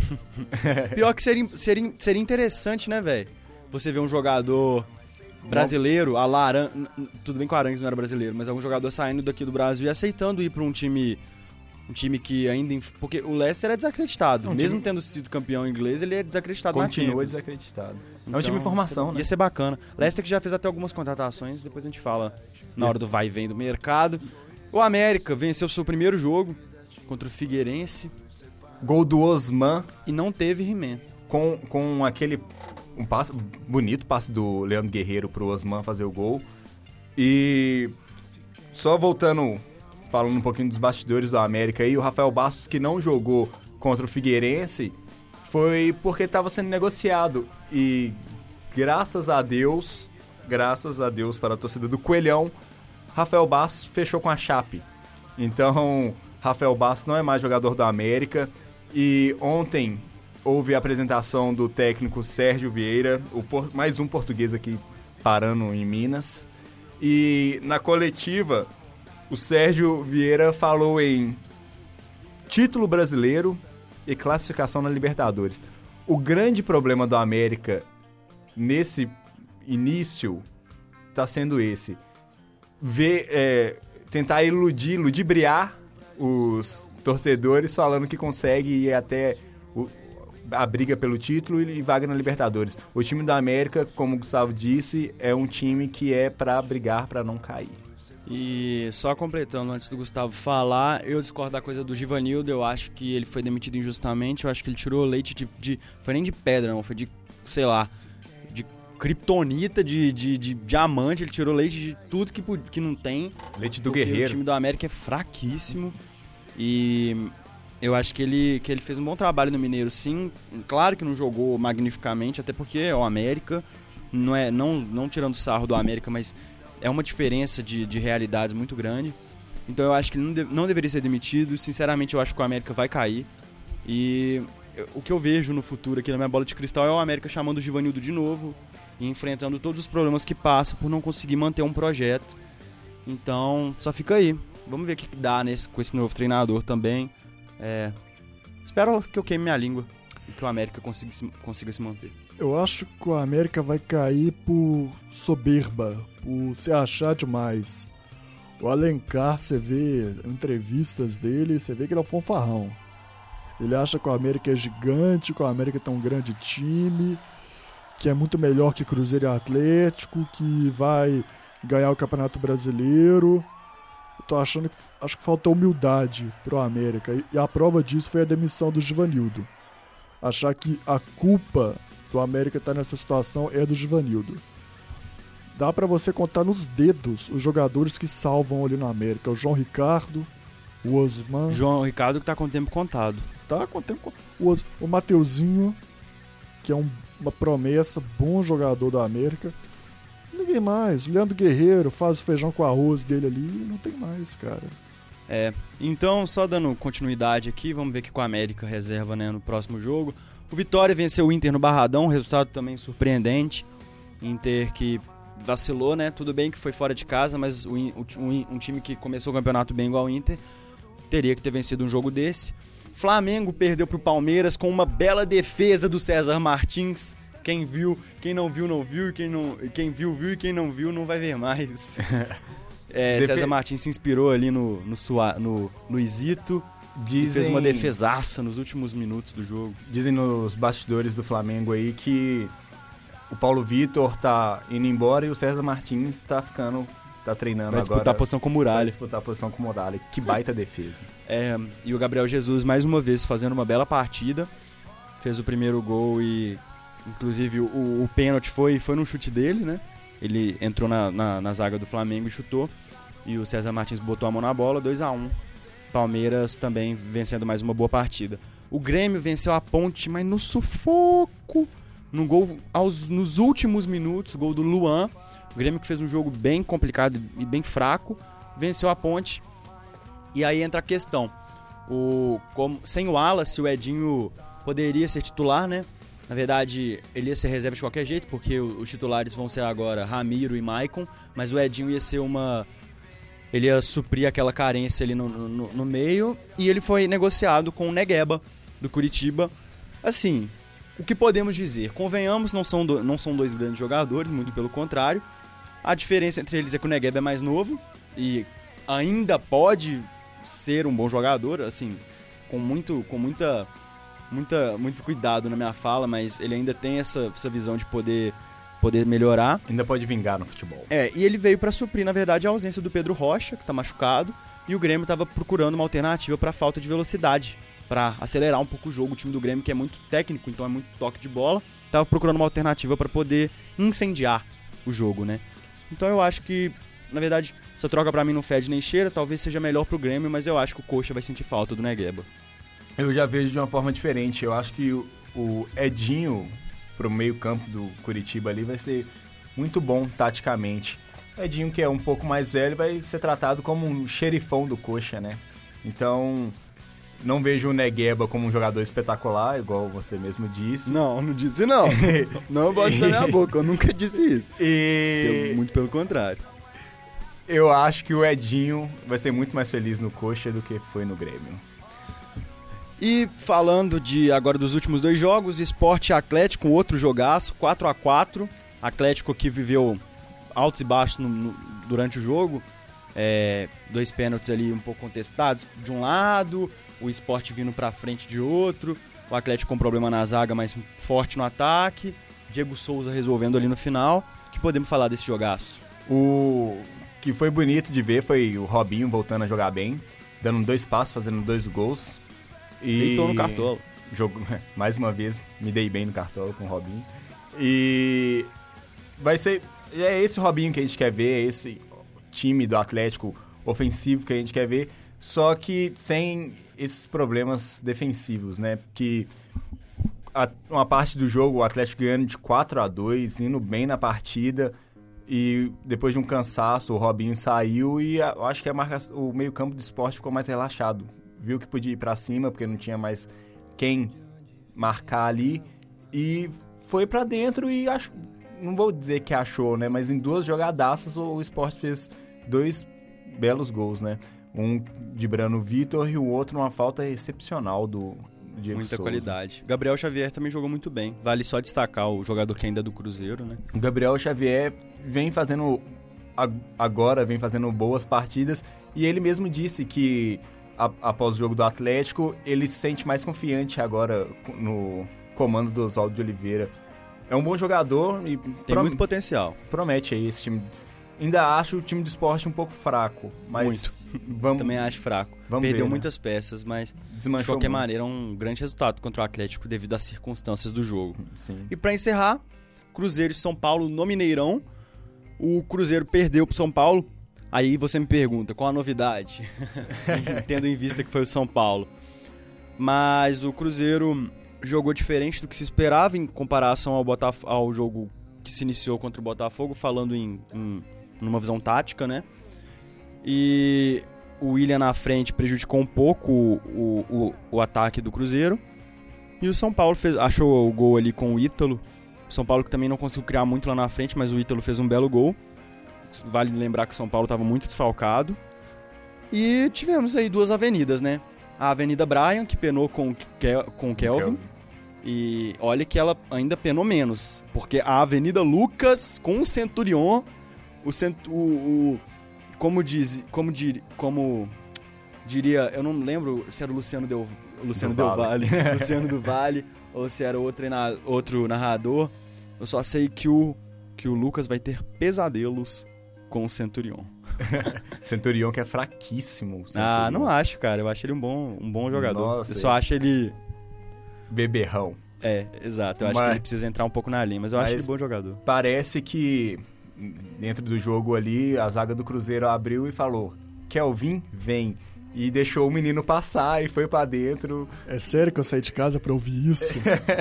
Pior que seria, seria, seria interessante, né, velho? Você vê um jogador brasileiro, a lá, Aran... tudo bem que o Arangues não era brasileiro, mas algum jogador saindo daqui do Brasil e aceitando ir pra um time, um time que ainda... Porque o Leicester é desacreditado. Um Mesmo time... tendo sido campeão inglês, ele é desacreditado. Continua desacreditado. Então, é um time em formação, ia né? Ia ser bacana. Leicester que já fez até algumas contratações, depois a gente fala na hora do vai e vem do mercado. O América venceu seu primeiro jogo contra o Figueirense. Gol do Osman. E não teve He-Man. Com, com aquele um passe, bonito passe do Leandro Guerreiro pro Osman fazer o gol. E só voltando, falando um pouquinho dos bastidores do América aí, o Rafael Bastos, que não jogou contra o Figueirense, foi porque estava sendo negociado. E graças a Deus, graças a Deus para a torcida do Coelhão, Rafael Bastos fechou com a Chape. Então, Rafael Bastos não é mais jogador do América. E ontem houve a apresentação do técnico Sérgio Vieira, o por... mais um português aqui parando em Minas. E na coletiva, o Sérgio Vieira falou em título brasileiro e classificação na Libertadores. O grande problema do América nesse início está sendo esse. Ver, é, tentar iludir, ludibriar os torcedores falando que consegue ir até o, a briga pelo título e vaga na Libertadores. O time da América, como o Gustavo disse, é um time que é para brigar, para não cair. E só completando, antes do Gustavo falar, eu discordo da coisa do Givanildo. Eu acho que ele foi demitido injustamente. Eu acho que ele tirou leite de... de foi nem de pedra, não. Foi de, sei lá, de criptonita, de, de, de diamante. Ele tirou leite de tudo que, que não tem. Leite do guerreiro. O time do América é fraquíssimo. E eu acho que ele, que ele fez um bom trabalho no Mineiro, sim. Claro que não jogou magnificamente, até porque é o América. Não, é, não, não tirando sarro do América, mas... é uma diferença de, de realidades muito grande. Então eu acho que ele não, de, não deveria ser demitido. Sinceramente, eu acho que o América vai cair. E eu, o que eu vejo no futuro aqui na minha bola de cristal é o América chamando o Givanildo de novo e enfrentando todos os problemas que passa por não conseguir manter um projeto. Então, só fica aí. Vamos ver o que, que dá nesse, com esse novo treinador também. É, espero que eu queime minha língua e que o América consiga se, consiga se manter. Eu acho que o América vai cair por soberba, por se achar demais. O Alencar, você vê entrevistas dele, você vê que ele é um fanfarrão. Ele acha que o América é gigante, que o América tem um grande time, que é muito melhor que Cruzeiro e Atlético, que vai ganhar o Campeonato Brasileiro. Eu tô achando que, acho que falta humildade pro América. E a prova disso foi a demissão do Givanildo. Achar que a culpa do América tá nessa situação é do Givanildo. Dá pra você contar nos dedos os jogadores que salvam ali no América. O João Ricardo, o Osman. João Ricardo que tá com o tempo contado. Tá com o tempo contado. O, Os... o Mateuzinho, que é um, uma promessa, bom jogador da América. Ninguém mais. O Leandro Guerreiro faz o feijão com arroz dele ali. Não tem mais, cara. É, então só dando continuidade aqui, vamos ver o que com a América reserva, né, no próximo jogo. O Vitória venceu o Inter no Barradão, resultado também surpreendente. Inter que vacilou, né? Tudo bem que foi fora de casa, mas o, o, um time que começou o campeonato bem igual ao Inter teria que ter vencido um jogo desse. Flamengo perdeu pro Palmeiras com uma bela defesa do César Martins. Quem viu, quem não viu, não viu. E quem, não, quem viu, viu. E quem não viu, não vai ver mais. É, César Martins se inspirou ali no, no, Sua, no Luizito. Dizem, fez uma defesaça nos últimos minutos do jogo. Dizem nos bastidores do Flamengo aí que o Paulo Vitor tá indo embora e o César Martins tá ficando, tá treinando vai agora. Vai disputar a posição com o Muralha. Vai disputar a posição com o Muralha. Que baita defesa. É, e o Gabriel Jesus, mais uma vez, fazendo uma bela partida. Fez o primeiro gol e, inclusive, o, o pênalti foi, foi no chute dele, né? Ele entrou na, na, na zaga do Flamengo e chutou. E o César Martins botou a mão na bola, dois a um. Palmeiras também vencendo mais uma boa partida. O Grêmio venceu a Ponte, mas no sufoco. No gol aos, nos últimos minutos, gol do Luan. O Grêmio que fez um jogo bem complicado e bem fraco. Venceu a Ponte. E aí entra a questão. O, como, sem o Wallace, o Edinho poderia ser titular, né? Na verdade, ele ia ser reserva de qualquer jeito, porque os titulares vão ser agora Ramiro e Maicon. Mas o Edinho ia ser uma... ele ia suprir aquela carência ali no, no, no meio. E ele foi negociado com o Negueba, do Curitiba. Assim, o que podemos dizer? Convenhamos, não são, do, não são dois grandes jogadores, muito pelo contrário. A diferença entre eles é que o Negueba é mais novo e ainda pode ser um bom jogador, assim, com, muito, com muita, muita, muito cuidado na minha fala, mas ele ainda tem essa, essa visão de poder... poder melhorar. Ainda pode vingar no futebol. É, e ele veio pra suprir, na verdade, a ausência do Pedro Rocha, que tá machucado, e o Grêmio tava procurando uma alternativa pra falta de velocidade, pra acelerar um pouco o jogo. O time do Grêmio, que é muito técnico, então é muito toque de bola, tava procurando uma alternativa pra poder incendiar o jogo, né? Então eu acho que na verdade, essa troca pra mim não fede nem cheira, talvez seja melhor pro Grêmio, mas eu acho que o Coxa vai sentir falta do Negueba. Eu já vejo de uma forma diferente. Eu acho que o, o Edinho pro meio campo do Curitiba ali vai ser muito bom taticamente. O Edinho, que é um pouco mais velho, vai ser tratado como um xerifão do Coxa, né? Então, não vejo o Negueba como um jogador espetacular, igual você mesmo disse. Não, não disse não. Não bota isso na minha boca, eu nunca disse isso. E... Muito pelo contrário. Eu acho que o Edinho vai ser muito mais feliz no Coxa do que foi no Grêmio. E falando de agora dos últimos dois jogos, Sport e Atlético, outro jogaço, quatro a quatro. Atlético que viveu altos e baixos no, no, durante o jogo. É, dois pênaltis ali um pouco contestados de um lado, o Sport vindo pra frente de outro, o Atlético com problema na zaga, mas forte no ataque, Diego Souza resolvendo ali no final. O que podemos falar desse jogaço? O que foi bonito de ver foi o Robinho voltando a jogar bem, dando dois passos, fazendo dois gols. E deitou no Cartola. Jogo, mais uma vez, me dei bem no Cartola com o Robinho. E vai ser... É esse Robinho que a gente quer ver, é esse time do Atlético ofensivo que a gente quer ver, só que sem esses problemas defensivos, né? Que a, uma parte do jogo o Atlético ganhando de quatro a dois, indo bem na partida, e depois de um cansaço o Robinho saiu e a, eu acho que a marca, o meio campo do Sport ficou mais relaxado. Viu que podia ir pra cima, porque não tinha mais quem marcar ali, e foi pra dentro e acho, não vou dizer que achou, né, mas em duas jogadaças o, o Sport fez dois belos gols, né, um de Brano Vitor e o outro uma falta excepcional do Diego Muita Souza. qualidade. Gabriel Xavier também jogou muito bem, vale só destacar o jogador que ainda é do Cruzeiro, né. O Gabriel Xavier vem fazendo, agora vem fazendo boas partidas, e ele mesmo disse que após o jogo do Atlético, ele se sente mais confiante agora no comando do Oswaldo de Oliveira. É um bom jogador e tem prom- muito potencial. Promete aí esse time. Ainda acho o time do Sport um pouco fraco, mas Muito. Vamos, Também acho fraco. vamos Perdeu ver, né? muitas peças, mas Desmanchou de qualquer muito. maneira é um grande resultado contra o Atlético devido às circunstâncias do jogo. Sim. E pra encerrar, Cruzeiro e São Paulo no Mineirão. O Cruzeiro perdeu pro São Paulo. Aí você me pergunta, qual a novidade? Tendo em vista que foi o São Paulo. Mas o Cruzeiro jogou diferente do que se esperava em comparação ao, Botaf- ao jogo que se iniciou contra o Botafogo, falando em, em numa visão tática, né? E o William na frente prejudicou um pouco o, o, o ataque do Cruzeiro. E o São Paulo fez, achou o gol ali com o Ítalo. O São Paulo que também não conseguiu criar muito lá na frente, mas o Ítalo fez um belo gol. Vale lembrar que o São Paulo estava muito desfalcado. E tivemos aí duas avenidas, né? A Avenida Brian, que penou com, Ke- com o Kelvin. Kelvin. E olha que ela ainda penou menos. Porque a Avenida Lucas com o Centurion. O, cent, o, o como diz, como, dir, como diria, eu não lembro se era o Luciano Del, Luciano Del Del Valle. Valle, Luciano do Vale, ou se era outro, outro narrador. Eu só sei que o, que o Lucas vai ter pesadelos com o Centurion. Centurion que é fraquíssimo. Ah, Centurion. não acho, cara. Eu acho ele um bom, um bom jogador. Nossa, eu só ele- acho ele... Beberrão. É, exato. Eu acho Mas- que ele precisa entrar um pouco na linha, mas eu acho Mas- ele um bom jogador. Parece que dentro do jogo ali, a zaga do Cruzeiro abriu e falou: Kelvin, vem. E deixou o menino passar e foi pra dentro. É sério que eu saí de casa pra ouvir isso?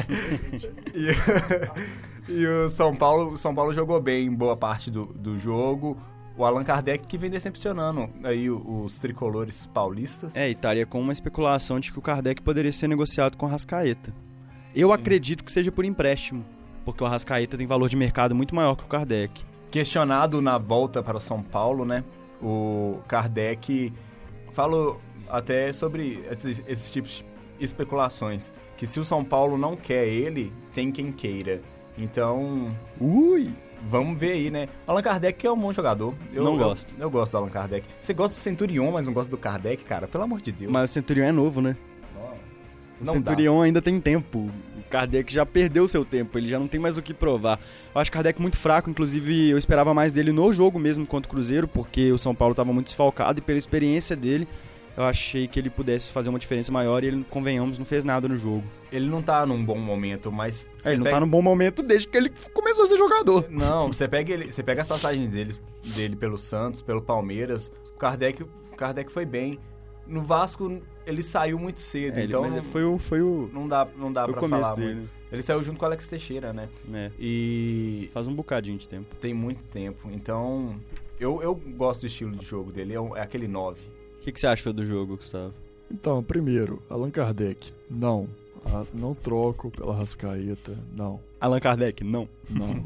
E, e o São Paulo, o São Paulo jogou bem em boa parte do, do jogo. O Allan Kardec que vem decepcionando aí o- os tricolores paulistas. É, e estaria com uma especulação de que o Kardec poderia ser negociado com o Arrascaeta. Eu acredito que seja por empréstimo, porque o Arrascaeta tem valor de mercado muito maior que o Kardec. Questionado na volta para o São Paulo, né? O Kardec falou até sobre esses, esses tipos de especulações. Que se o São Paulo não quer ele, tem quem queira. Então, Ui! vamos ver aí, né? O Allan Kardec é um bom jogador. Eu, Não eu- gosto. Eu, gosto do Allan Kardec. Você gosta do Centurion, mas não gosta do Kardec, cara? Pelo amor de Deus. Mas o Centurion é novo, né? O Não Centurion ainda tem tempo. O Kardec já perdeu seu tempo, ele já não tem mais o que provar. Eu acho o Kardec muito fraco, inclusive eu esperava mais dele no jogo mesmo contra o Cruzeiro, porque o São Paulo estava muito desfalcado e pela experiência dele, eu achei que ele pudesse fazer uma diferença maior e ele, convenhamos, não fez nada no jogo. Ele não tá num bom momento, mas... É, ele não pega... tá num bom momento desde que ele começou a ser jogador. Não, você pega, ele, você pega as passagens dele, dele pelo Santos, pelo Palmeiras, o Kardec, o Kardec foi bem. No Vasco, ele saiu muito cedo, É, então... Mas não, foi o... Foi o... não dá, não dá foi pra o começo falar dele. muito. Ele saiu junto com o Alex Teixeira, né? É. E Faz um bocadinho de tempo. tem muito tempo, então... Eu, eu gosto do estilo de jogo dele, é, um, é aquele nove. O que, que você achou do jogo, Gustavo? Então, primeiro, Allan Kardec, não. Ah, não troco pela Rascaeta, não. Allan Kardec, não. Não.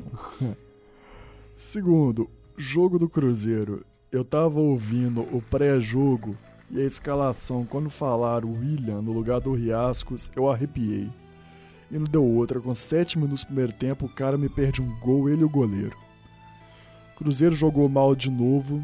Segundo, jogo do Cruzeiro. Eu tava ouvindo o pré-jogo e a escalação. Quando falaram o William no lugar do Riascos, eu arrepiei. E não deu outra. Com sete minutos do primeiro tempo, o cara me perde um gol, ele e o goleiro. Cruzeiro jogou mal de novo.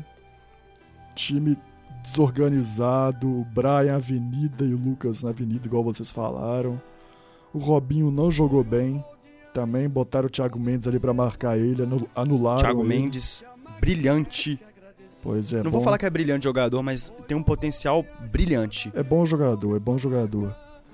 Time desorganizado. O Brian Avenida e o Lucas na Avenida, igual vocês falaram. O Robinho não jogou bem. Também botaram o Thiago Mendes ali pra marcar ele. Anularam Thiago ele. Mendes, brilhante. Pois é, Não bom, vou falar que é brilhante jogador, mas tem um potencial brilhante. é bom jogador, é bom jogador.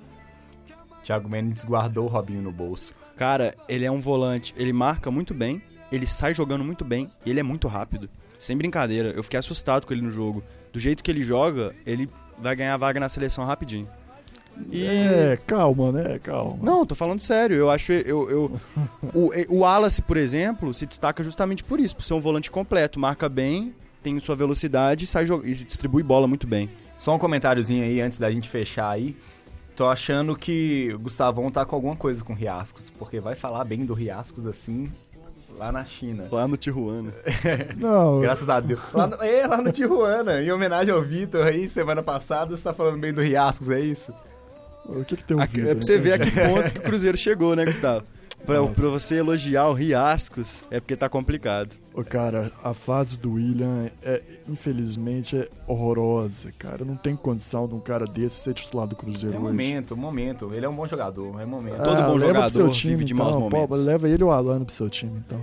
Thiago Mendes guardou o Robinho no bolso. Cara, ele é um volante, ele marca muito bem, ele sai jogando muito bem e ele é muito rápido. Sem brincadeira, eu fiquei assustado com ele no jogo. Do jeito que ele joga, ele vai ganhar vaga na seleção rapidinho. E... É, calma, né? Calma. Não, tô falando sério, eu acho... Eu, eu, o, o Wallace, por exemplo, se destaca justamente por isso, por ser um volante completo, marca bem, tem sua velocidade e, sai, e distribui bola muito bem. Só um comentáriozinho aí, antes da gente fechar aí. Tô achando que o Gustavão tá com alguma coisa com o Riascos, porque vai falar bem do Riascos assim, lá na China. Lá no Tijuana. Não, Graças a Deus. Lá no, é, lá no Tijuana, em homenagem ao Vitor aí, semana passada, você tá falando bem do Riascos, é isso? o que que tem um A, vídeo, é pra você né? ver a que ponto que o Cruzeiro chegou, né, Gustavo? Pra, Nossa. pra você elogiar o Riascos, é porque tá complicado. Ô, cara, a fase do William, é, infelizmente, é horrorosa, cara. Não tem condição de um cara desse ser titular do Cruzeiro É hoje. momento, momento. Ele é um bom jogador, é momento. todo bom leva jogador pro seu time, vive de então, maus pô, momentos. leva ele e o Alano pro seu time, então.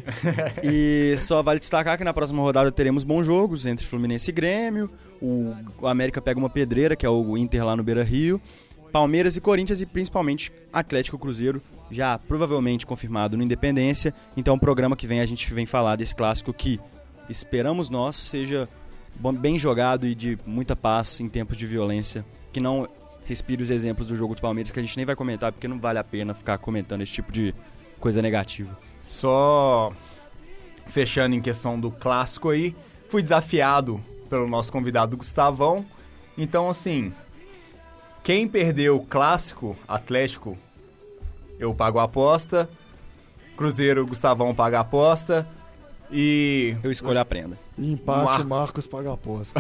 E só vale destacar que na próxima rodada teremos bons jogos entre Fluminense e Grêmio. O, o América pega uma pedreira, que é o Inter lá no Beira-Rio. Palmeiras e Corinthians e principalmente Atlético e Cruzeiro, já provavelmente confirmado no Independência. Então, o programa que vem a gente vem falar desse clássico que esperamos nós seja bom, bem jogado e de muita paz em tempos de violência. Que não respire os exemplos do jogo do Palmeiras, que a gente nem vai comentar, porque não vale a pena ficar comentando esse tipo de coisa negativa. Só fechando em questão do clássico aí, fui desafiado pelo nosso convidado Gustavão. Então, assim, quem perdeu o clássico Atlético, eu pago a aposta. Cruzeiro, Gustavão paga a aposta. E Eu escolho a prenda. E empate, Marcos. o Marcos paga a aposta.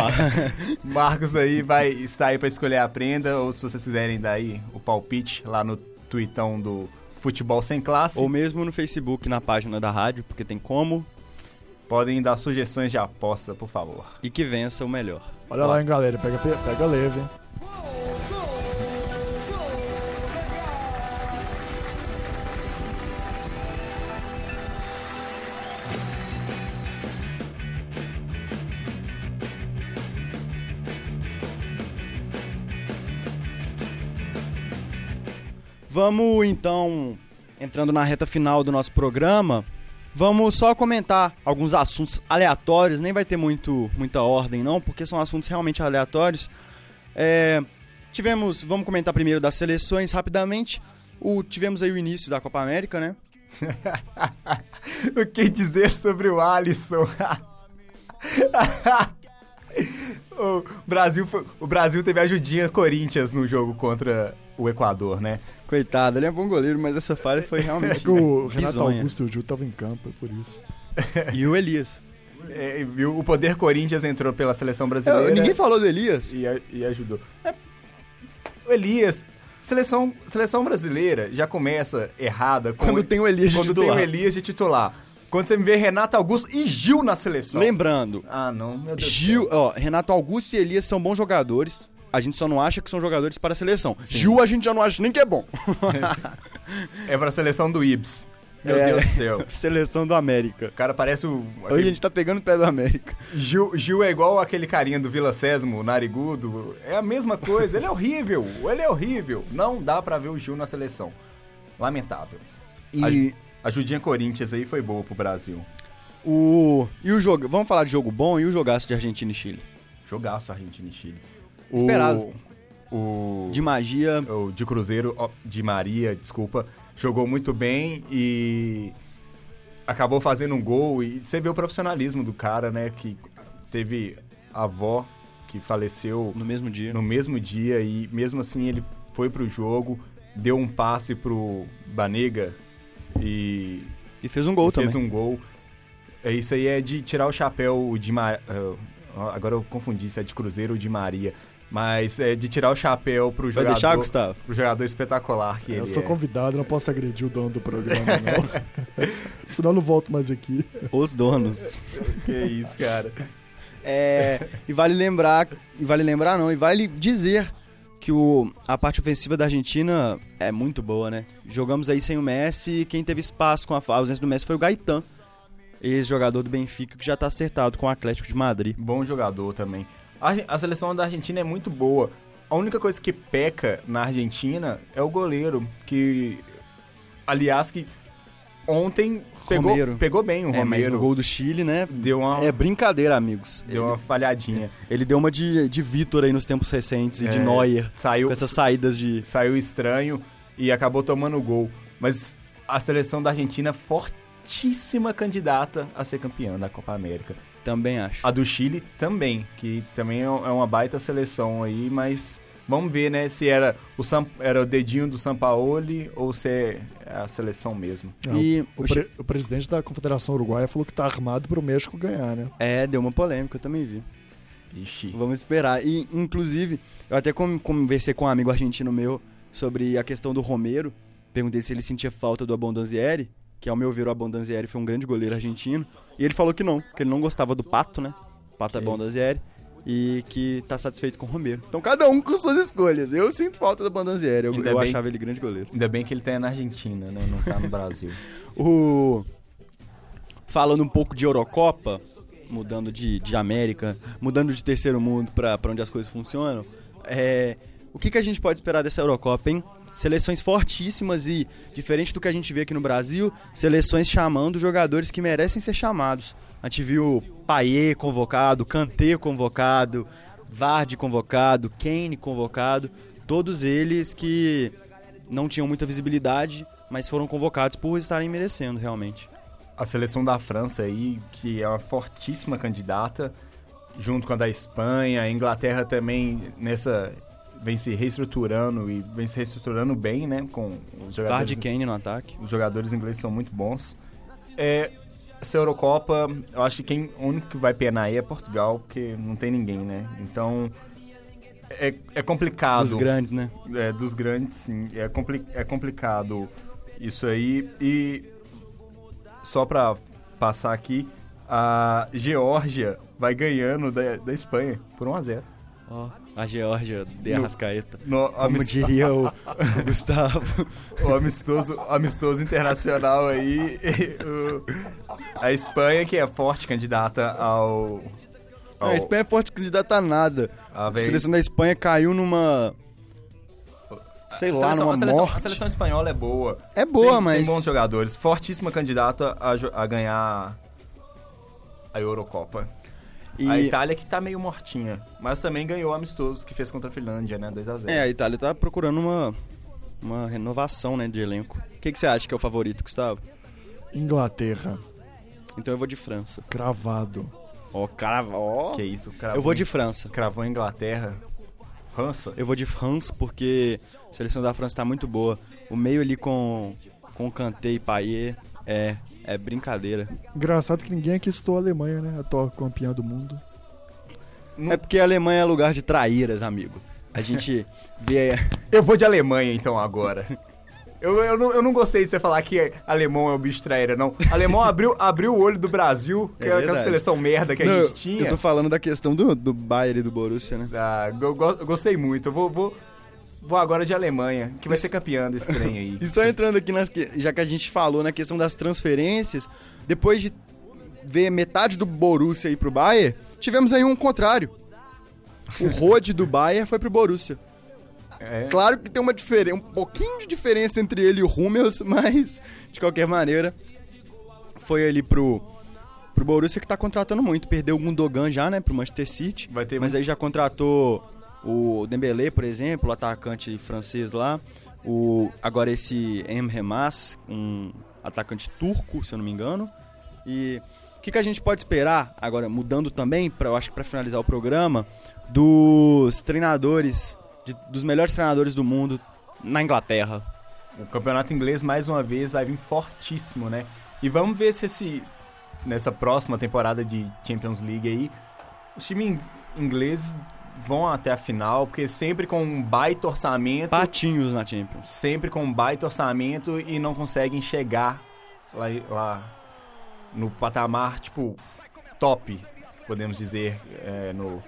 Não. Marcos aí vai estar aí para escolher a prenda, ou se vocês quiserem dar aí o palpite lá no tweetão do Futebol Sem Classe, Ou mesmo no Facebook, na página da rádio, porque tem como. podem dar sugestões de aposta, por favor. E que vença o melhor. Olha lá, hein, galera. Pega, pega leve, hein. Vamos então, entrando na reta final do nosso programa, vamos só comentar alguns assuntos aleatórios, nem vai ter muito, muita ordem não, porque são assuntos realmente aleatórios. É, tivemos, vamos comentar primeiro das seleções rapidamente, o, tivemos aí o início da Copa América, né? O que dizer sobre o Alisson? o, Brasil, foi- o Brasil teve ajudinha Corinthians no jogo contra o Equador, né? Coitado, ele é bom goleiro, mas essa falha foi É realmente que o Renato bizonha. Augusto e o Gil estavam em campo, é por isso. E o Elias. É, viu? O Poder Corinthians entrou pela seleção brasileira. É, ninguém falou do Elias. E, a- e ajudou. É, o Elias, seleção, seleção brasileira já começa errada com- Quando tem o Elias de quando titular. tem o Elias de titular. Quando você me vê Renato Augusto e Gil na seleção. Lembrando, Ah, não, meu Deus Gil, do céu. ó, Renato Augusto e Elias são bons jogadores. A gente só não acha que são jogadores para a seleção. Gil a gente já não acha nem que é bom. É pra seleção do Ibs. Meu É. Deus do céu. Seleção do América. O cara parece o... Hoje a aquele- gente tá pegando o pé do América. Gil, Gil é igual aquele carinha do Vila Sésamo, narigudo. É a mesma coisa. Ele é horrível. Ele é horrível. Não dá pra ver o Gil na seleção. Lamentável. E A Ajudinha Corinthians aí foi boa pro Brasil. o, e o jogo... Vamos falar de jogo bom e o jogaço de Argentina e Chile. Jogaço Argentina e Chile. O- Esperado. O... De magia... o de Cruzeiro, ó, de Maria, desculpa, jogou muito bem e acabou fazendo um gol. E você vê o profissionalismo do cara, né? Que teve a avó que faleceu No mesmo dia. no mesmo dia e mesmo assim ele foi pro jogo, deu um passe pro Banega e E fez um gol e também. fez um gol. É, isso aí é de tirar o chapéu de Ma... uh, agora eu confundi se é de Cruzeiro ou de Maria. Mas é de tirar o chapéu pro Vai jogador, deixar, Gustavo? pro jogador espetacular que Eu ele sou é. convidado, não posso agredir o dono do programa, não. Senão eu não volto mais aqui. Os donos. Que isso, cara. É, e vale lembrar, e vale lembrar não, e vale dizer que o, a parte ofensiva da Argentina é muito boa, né? Jogamos aí sem o Messi e quem teve espaço com a ausência do Messi foi o Gaitán, ex-jogador do Benfica, que já tá acertado com o Atlético de Madrid. Bom jogador também. A, a seleção da Argentina é muito boa. A única coisa que peca na Argentina é o goleiro, que, aliás, que ontem pegou, Romero. pegou bem o É, mas Romero. no gol do Chile, né? Deu uma, É brincadeira, amigos. deu uma falhadinha. Ele deu uma de, de Vitor aí nos tempos recentes e de É, Neuer, Saiu, com essas saídas de... saiu estranho e acabou tomando o gol. Mas a seleção da Argentina é fortíssima candidata a ser campeã da Copa América. Também acho. A do Chile também, que também é uma baita seleção aí, mas vamos ver, né, se era o, Sam, era o dedinho do Sampaoli ou se é a seleção mesmo. E O, pre- o presidente da Confederação Uruguaia falou que tá armado pro México ganhar, né? É, deu uma polêmica, eu também vi. Ixi. Vamos esperar. E, inclusive, eu até com- conversei com um amigo argentino meu sobre a questão do Romero. Perguntei se ele sentia falta do Abondanzieri, que ao meu ver o Abondanzieri foi um grande goleiro argentino. E ele falou que não, que ele não gostava do Pato, né? Pato Ok. Abondanzieri. E que tá satisfeito com o Romero. Então cada um com suas escolhas. Eu sinto falta do Abondanzieri, eu, Ainda eu bem- achava ele grande goleiro. Ainda bem que ele tá na Argentina, né, não tá no Brasil. O... Falando um pouco de Eurocopa, mudando de, de América, mudando de terceiro mundo pra, pra onde as coisas funcionam, é... o que, que a gente pode esperar dessa Eurocopa, hein? Seleções fortíssimas e, diferente do que a gente vê aqui no Brasil, seleções chamando jogadores que merecem ser chamados. A gente viu Payet convocado, Kanté convocado, Vardy convocado, Kane convocado, todos eles que não tinham muita visibilidade, mas foram convocados por estarem merecendo, realmente. A seleção da França aí, que é uma fortíssima candidata, junto com a da Espanha, a Inglaterra também nessa vem se reestruturando e vem se reestruturando bem, né, com os jogadores. Vardy e Kane no ataque. Os jogadores ingleses são muito bons. É, essa Eurocopa, eu acho que quem, o único que vai penar aí é Portugal, porque não tem ninguém, né? Então, é, é complicado. Os grandes, né? É, dos grandes, sim. É, compli é complicado isso aí. E só pra passar aqui, a Geórgia vai ganhando da, da Espanha por um a zero. Ó, a Geórgia de No- Arrascaeta. No, Como amis- diria o, o Gustavo. o amistoso, amistoso internacional aí. o- a Espanha, que é forte candidata ao. ao A Espanha é forte candidata a nada. a A vez- seleção da Espanha caiu numa... Sei a lá, seleção- numa a seleção, morte. A seleção espanhola é boa. É boa, tem, mas... Tem bons jogadores. Fortíssima candidata a, jo- a ganhar a Eurocopa. E... A Itália que tá meio mortinha. Mas também ganhou o amistoso que fez contra a Finlândia, né? dois a zero. É, a Itália tá procurando uma, uma renovação, né, de elenco. O que, que você acha que é o favorito, Gustavo? Inglaterra, Então eu vou de França. cravado. Ó, cara, ó... Que isso, cravou, Eu vou de França. cravou a Inglaterra. França? Eu vou de France porque a seleção da França tá muito boa. O meio ali com, com Kanté e Payet é, é brincadeira. Engraçado que ninguém aqui citou a Alemanha, né? A atual campeã do mundo. Não- É porque a Alemanha é lugar de traíras, amigo. A gente vê... Eu vou de Alemanha, então, agora. Eu, eu, não, eu não gostei de você falar que alemão é o bicho traíra, não. Alemão abriu, abriu o olho do Brasil, que É é, aquela verdade. seleção merda que a Não, gente tinha. Eu tô falando da questão do, do Bayern e do Borussia, né? Ah, eu, go- eu gostei muito. Eu vou, vou, vou agora de Alemanha, que vai ser campeã desse trem aí. E só entrando aqui, nas que... já que a gente falou na questão das transferências, depois de ver metade do Borussia ir pro Bayern, tivemos aí um contrário. O Rode do Bayern foi pro Borussia. É. Claro que tem uma diferença, um pouquinho de diferença entre ele e o Hummels, mas de qualquer maneira foi ali pro, pro Borussia, que tá contratando muito. Perdeu o Gundogan já, né, pro Manchester City, Vai ter mas muito... aí já contratou o Dembélé, por exemplo, o atacante francês lá, o, agora esse Emre Mas, um atacante turco, se eu não me engano. E o que, que a gente pode esperar, agora mudando também, pra, eu acho que para finalizar o programa, dos treinadores... De, dos melhores treinadores do mundo na Inglaterra. O campeonato inglês, mais uma vez, vai vir fortíssimo, né? E vamos ver se esse, nessa próxima temporada de Champions League aí, os times ingleses vão até a final, porque sempre com um baita orçamento... Patinhos na Champions. Sempre com um baita orçamento e não conseguem chegar lá, lá no patamar, tipo, top, podemos dizer, é, no...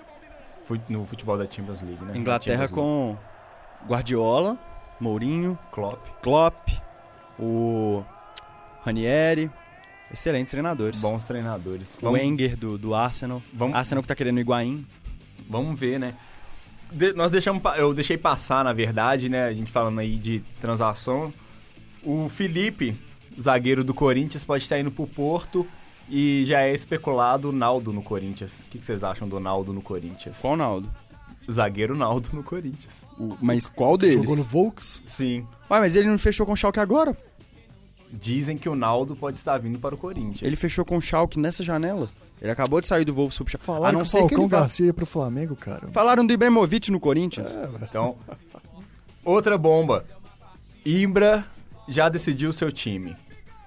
no futebol da Champions League, né? Inglaterra com Guardiola, Mourinho, Klopp, Klopp, o Ranieri, excelentes treinadores. Bons treinadores. O Wenger do, do Arsenal. Vamos, Arsenal que tá querendo o Higuaín. Vamos ver, né? De, nós deixamos, eu deixei passar, na verdade, né? A gente falando aí de transação. O Felipe, zagueiro do Corinthians, pode estar indo pro Porto. E já é especulado o Naldo no Corinthians. O que, que vocês acham do Naldo no Corinthians? Qual Naldo? O zagueiro Naldo no Corinthians. O, mas qual deles? Jogou no Volks? Sim. Ué, mas ele não fechou com o Schalke agora? Dizem que o Naldo pode estar vindo para o Corinthians. Ele fechou com o Schalke nessa janela. Ele acabou de sair do Wolfsburg. Falaram a não que o ser que Falcão ele vá... Garcia ia pro Flamengo, cara. Falaram do Ibrahimovic no Corinthians. É, então, outra bomba. Ibra já decidiu o seu time.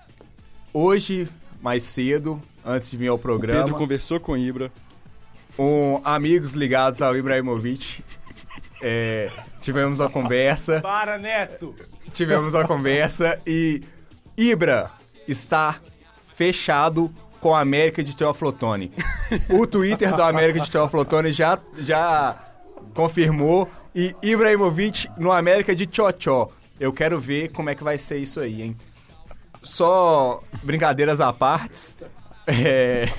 Hoje, mais cedo, antes de vir ao programa... O Pedro conversou com o Ibra. Um, amigos ligados ao Ibrahimovic. É, tivemos uma conversa. Para, Neto! Tivemos uma conversa e Ibra está fechado com a América de Teófilo Otoni. O Twitter do América de Teófilo Otoni já, já confirmou. E Ibrahimovic no América de Tchotchó. Eu quero ver como é que vai ser isso aí, hein? Só brincadeiras à parte. É...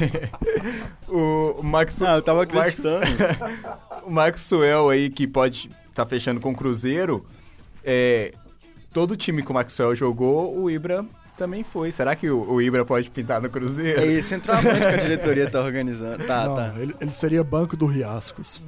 o Max... Ah, eu tava acreditando. O Maxwell aí, que pode estar tá fechando com o Cruzeiro. É... Todo time que o Maxwell jogou, o Ibra também foi. Será que o, o Ibra pode pintar no Cruzeiro? É esse centroavante que a diretoria tá organizando. Tá, não, tá. Ele, ele seria banco do Riascos.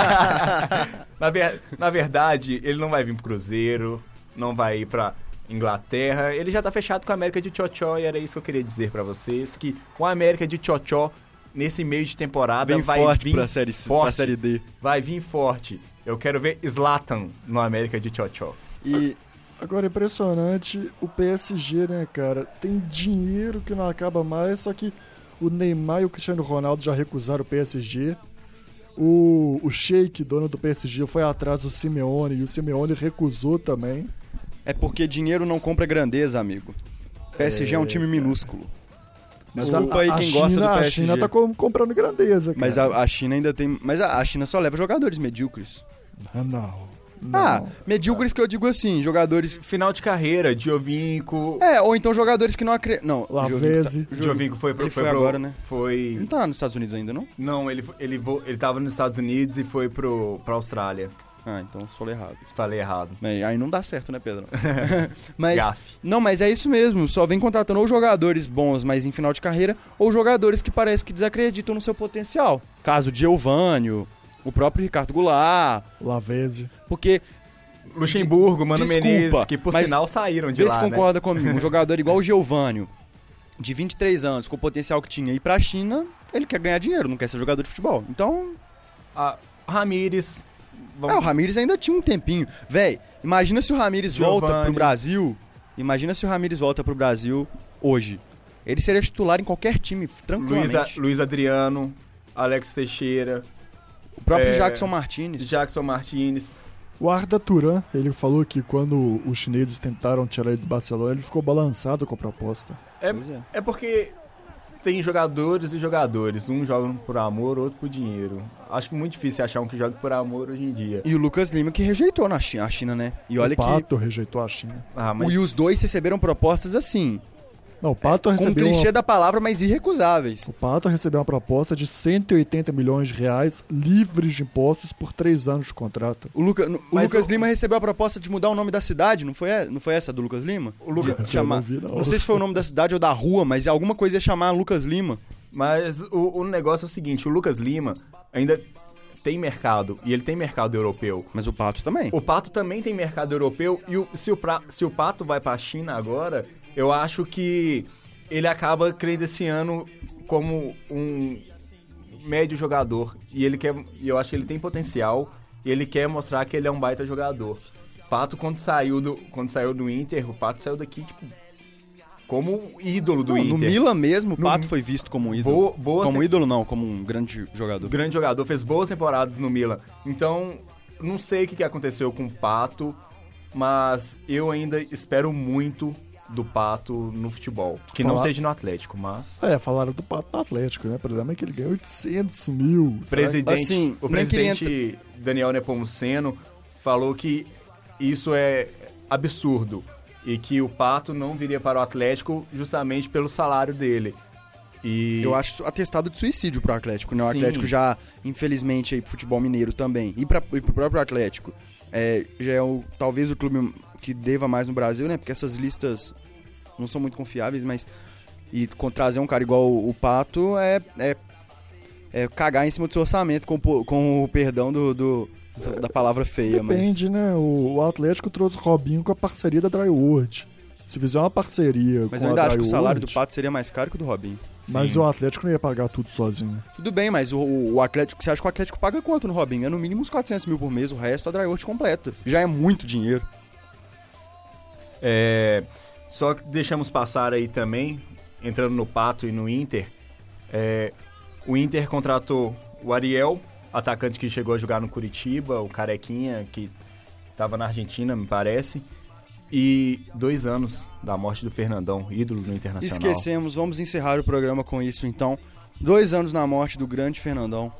na, ver, na verdade, ele não vai vir pro Cruzeiro, não vai ir pra Inglaterra. Ele já tá fechado com a América de Tchotchó e era isso que eu queria dizer pra vocês, que o América de Tchotchó, nesse meio de temporada, Vem vai forte vir pra série, forte. pra série D. Vai vir forte. Eu quero ver Zlatan no América de Tchotchó. E... Agora, impressionante, o P S G, né, cara? Tem dinheiro que não acaba mais, só que o Neymar e o Cristiano Ronaldo já recusaram o P S G. O, o Sheik, dono do P S G, foi atrás do Simeone e o Simeone recusou também. É porque dinheiro não compra grandeza, amigo. O P S G é, é um time minúsculo. Mas Desculpa a, aí a quem China, gosta do P S G. A China tá com, comprando grandeza, cara. Mas a, a China ainda tem... Mas a, a China só leva jogadores medíocres. Ah, não. Não. Ah, medíocres que eu digo assim, jogadores... Final de carreira, Giovinco... É, ou então jogadores que não acreditam... Não, Lavezzi. Tá, Giovinco foi pro... Ele foi, foi pro, agora, né? Foi... Ele não tá nos Estados Unidos ainda, não? Não, ele, ele, ele tava nos Estados Unidos e foi pro, pra Austrália. Ah, então você falou errado. Falei errado. Mas aí não dá certo, né, Pedro? mas, Gafe. Não, mas é isso mesmo. Só vem contratando ou jogadores bons, mas em final de carreira, ou jogadores que parece que desacreditam no seu potencial. Caso de Giovânio, o próprio Ricardo Goulart. Lavezzi. Porque... Luxemburgo, Mano Desculpa, Menezes, que por sinal saíram de vê lá, se concorda né? comigo. Um jogador igual o Giovânio, de vinte e três anos, com o potencial que tinha, ir pra China, ele quer ganhar dinheiro, não quer ser jogador de futebol. Então... Ah, Ramires... Vamos... É, o Ramires ainda tinha um tempinho. Véi, imagina se o Ramires Giovani. volta pro Brasil. Imagina se o Ramires volta pro Brasil hoje. Ele seria titular em qualquer time, tranquilamente. Luiz, Luiz Adriano, Alex Teixeira... O próprio é, Jackson Martinez. Jackson Martinez... O Arda Turan, ele falou que quando os chineses tentaram tirar ele do Barcelona, ele ficou balançado com a proposta. É, Pois é. é porque tem jogadores e jogadores. Um joga por amor, outro por dinheiro. Acho que é muito difícil achar um que jogue por amor hoje em dia. E o Lucas Lima que rejeitou na China, a China, né? E olha o Pato que... rejeitou a China. Ah, mas... E os dois receberam propostas assim... Não, o Pato é, recebeu com o clichê uma... da palavra, mas irrecusáveis. O Pato recebeu uma proposta de cento e oitenta milhões de reais livres de impostos por três anos de contrato. O, Luca, o Lucas o... Lima recebeu a proposta de mudar o nome da cidade, não foi, não foi essa do Lucas Lima? O Luca... não, chamar... não, vi, não. não sei se foi o nome da cidade ou da rua, mas alguma coisa ia chamar Lucas Lima. Mas o, o negócio é o seguinte, o Lucas Lima ainda tem mercado, e ele tem mercado europeu. Mas o Pato também. O Pato também tem mercado europeu, e o, se, o pra, se o Pato vai pra China agora, eu acho que ele acaba crendo esse ano como um médio jogador. E ele quer, eu acho que ele tem potencial, e ele quer mostrar que ele é um baita jogador. Pato, quando saiu do, quando saiu do Inter, o Pato saiu daqui, tipo... como ídolo do não, Inter. No Milan mesmo, o no, Pato foi visto como um ídolo. Boa, como se... ídolo não, como um grande jogador. Grande jogador, fez boas temporadas no Milan. Então, não sei o que aconteceu com o Pato, mas eu ainda espero muito do Pato no futebol. Que Falar... não seja no Atlético, mas... É, falaram do Pato no Atlético, né? O problema é que ele ganhou oitocentos mil. Presidente, assim, o presidente queria... Daniel Nepomuceno falou que isso é absurdo. E que o Pato não viria para o Atlético justamente pelo salário dele. E... Eu acho isso atestado de suicídio pro Atlético, né? O Sim. Atlético já, infelizmente, aí pro futebol mineiro também. E, pra, e pro próprio Atlético. É, já é o, talvez o clube que deva mais no Brasil, né? Porque essas listas não são muito confiáveis, mas... E trazer um cara igual o, o Pato é, é, é cagar em cima do seu orçamento, com, com o perdão do... do da palavra feia, Depende, mas... né? O, o Atlético trouxe o Robinho com a parceria da Dryworld. Se fizer uma parceria mas com eu ainda a acho que o salário Dryworld, do Pato seria mais caro que o do Robinho. Mas Sim. o Atlético não ia pagar tudo sozinho. Tudo bem, mas o, o Atlético... Você acha que o Atlético paga quanto no Robinho? É no mínimo uns quatrocentos mil por mês, o resto a Dryworld completa. Já é muito dinheiro. É, só que deixamos passar aí também, entrando no Pato e no Inter, é, o Inter contratou o Ariel, atacante que chegou a jogar no Curitiba, o Carequinha, que estava na Argentina, me parece, e dois anos da morte do Fernandão, ídolo no Internacional. Esquecemos, vamos encerrar o programa com isso então. Dois anos na morte do grande Fernandão.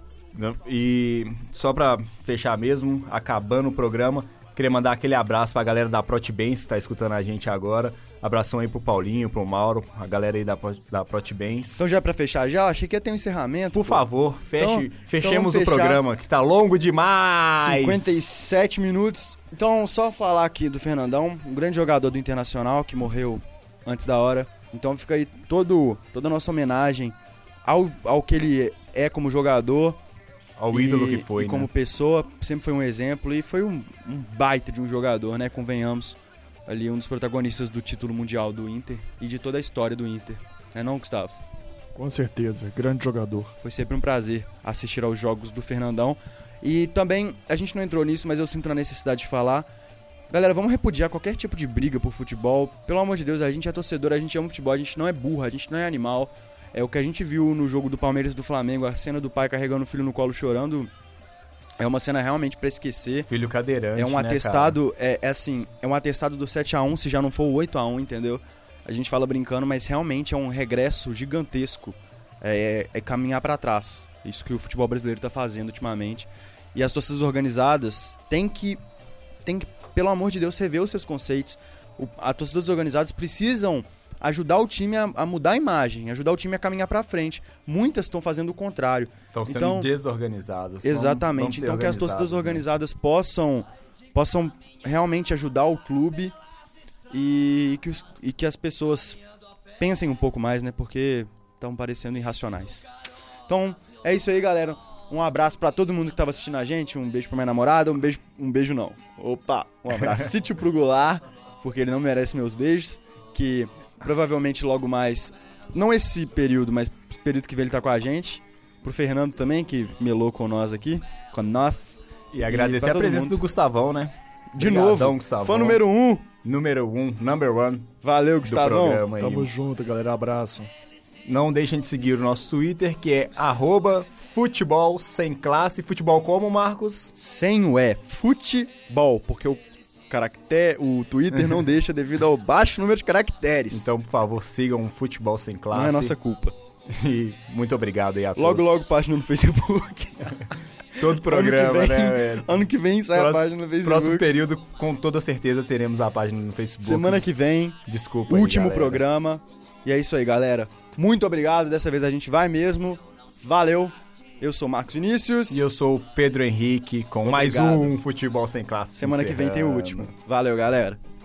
E só pra fechar mesmo, acabando o programa, queria mandar aquele abraço pra galera da Protibens que tá escutando a gente agora. Abração aí pro Paulinho, pro Mauro, a galera aí da, da Protibens. Então já é pra fechar já? Achei que ia ter um encerramento. Por pô. favor, feche, Então- fechemos então o vamos fechar. programa, que tá longo demais. cinquenta e sete minutos. Então, só falar aqui do Fernandão, um grande jogador do Internacional que morreu antes da hora. Então fica aí todo, toda a nossa homenagem ao, ao que ele é como jogador. Ao e, ídolo que foi, e como né? pessoa, sempre foi um exemplo e foi um, um baita de um jogador, né? Convenhamos, ali um dos protagonistas do título mundial do Inter e de toda a história do Inter. Não é não, Gustavo? Com certeza, grande jogador. Foi sempre um prazer assistir aos jogos do Fernandão. E também, a gente não entrou nisso, mas eu sinto a necessidade de falar. Galera, vamos repudiar qualquer tipo de briga por futebol. Pelo amor de Deus, a gente é torcedor, a gente ama futebol, a gente não é burro, a gente não é animal. É o que a gente viu no jogo do Palmeiras e do Flamengo, a cena do pai carregando o filho no colo chorando. É uma cena realmente pra esquecer. Filho cadeirante, É um né, atestado, é, é assim, é um atestado do sete a um, se já não for o oito a um, entendeu? A gente fala brincando, mas realmente é um regresso gigantesco. É, é, é caminhar pra trás. Isso que o futebol brasileiro tá fazendo ultimamente. E as torcidas organizadas têm que, têm que, pelo amor de Deus, rever os seus conceitos. O, as torcidas organizadas precisam ajudar o time a, a mudar a imagem, ajudar o time a caminhar pra frente. Muitas estão fazendo o contrário. Estão sendo Então, desorganizadas. exatamente. Vamos- vamos ser Então que as torcidas organizadas, organizadas possam, possam realmente ajudar o clube e que, os- e que as pessoas pensem um pouco mais, né? Porque estão parecendo irracionais. Então, é isso aí, galera. Um abraço pra todo mundo que tava assistindo a gente. Um beijo pra minha namorada. Um beijo, um beijo não. Opa, um abraço. Sítio pro Goulart, porque ele não merece meus beijos. Que provavelmente logo mais, não esse período, mas o período que vem ele tá com a gente. Pro Fernando também, que melou com nós aqui. Com nós. E agradecer pra a todo presença mundo. do Gustavão, né? De Obrigadão, novo, Gustavão. fã número um. Número um, number one Valeu, do Gustavão. programa aí. Tamo junto, galera. Abraço. Não deixem de seguir o nosso Twitter, que é arroba futebol sem classe. Futebol como, Marcos? Sem o E, futebol, porque o caractere, o Twitter não deixa devido ao baixo número de caracteres. Então, por favor, sigam o Futebol Sem Classe. não é nossa culpa. E muito obrigado aí a todos. Logo, logo, página no Facebook. Todo programa, ano que vem, né, velho? Ano que vem sai Próximo, a página no Facebook. Próximo período, com toda certeza, teremos a página no Facebook. Semana que vem, Desculpa aí, último galera. programa. E é isso aí, galera. Muito obrigado. Dessa vez a gente vai mesmo. Valeu. Eu sou o Marcos Vinícius. E eu sou o Pedro Henrique, com Obrigado. mais um Futebol Sem Classe. Semana que vem tem o último. Valeu, galera.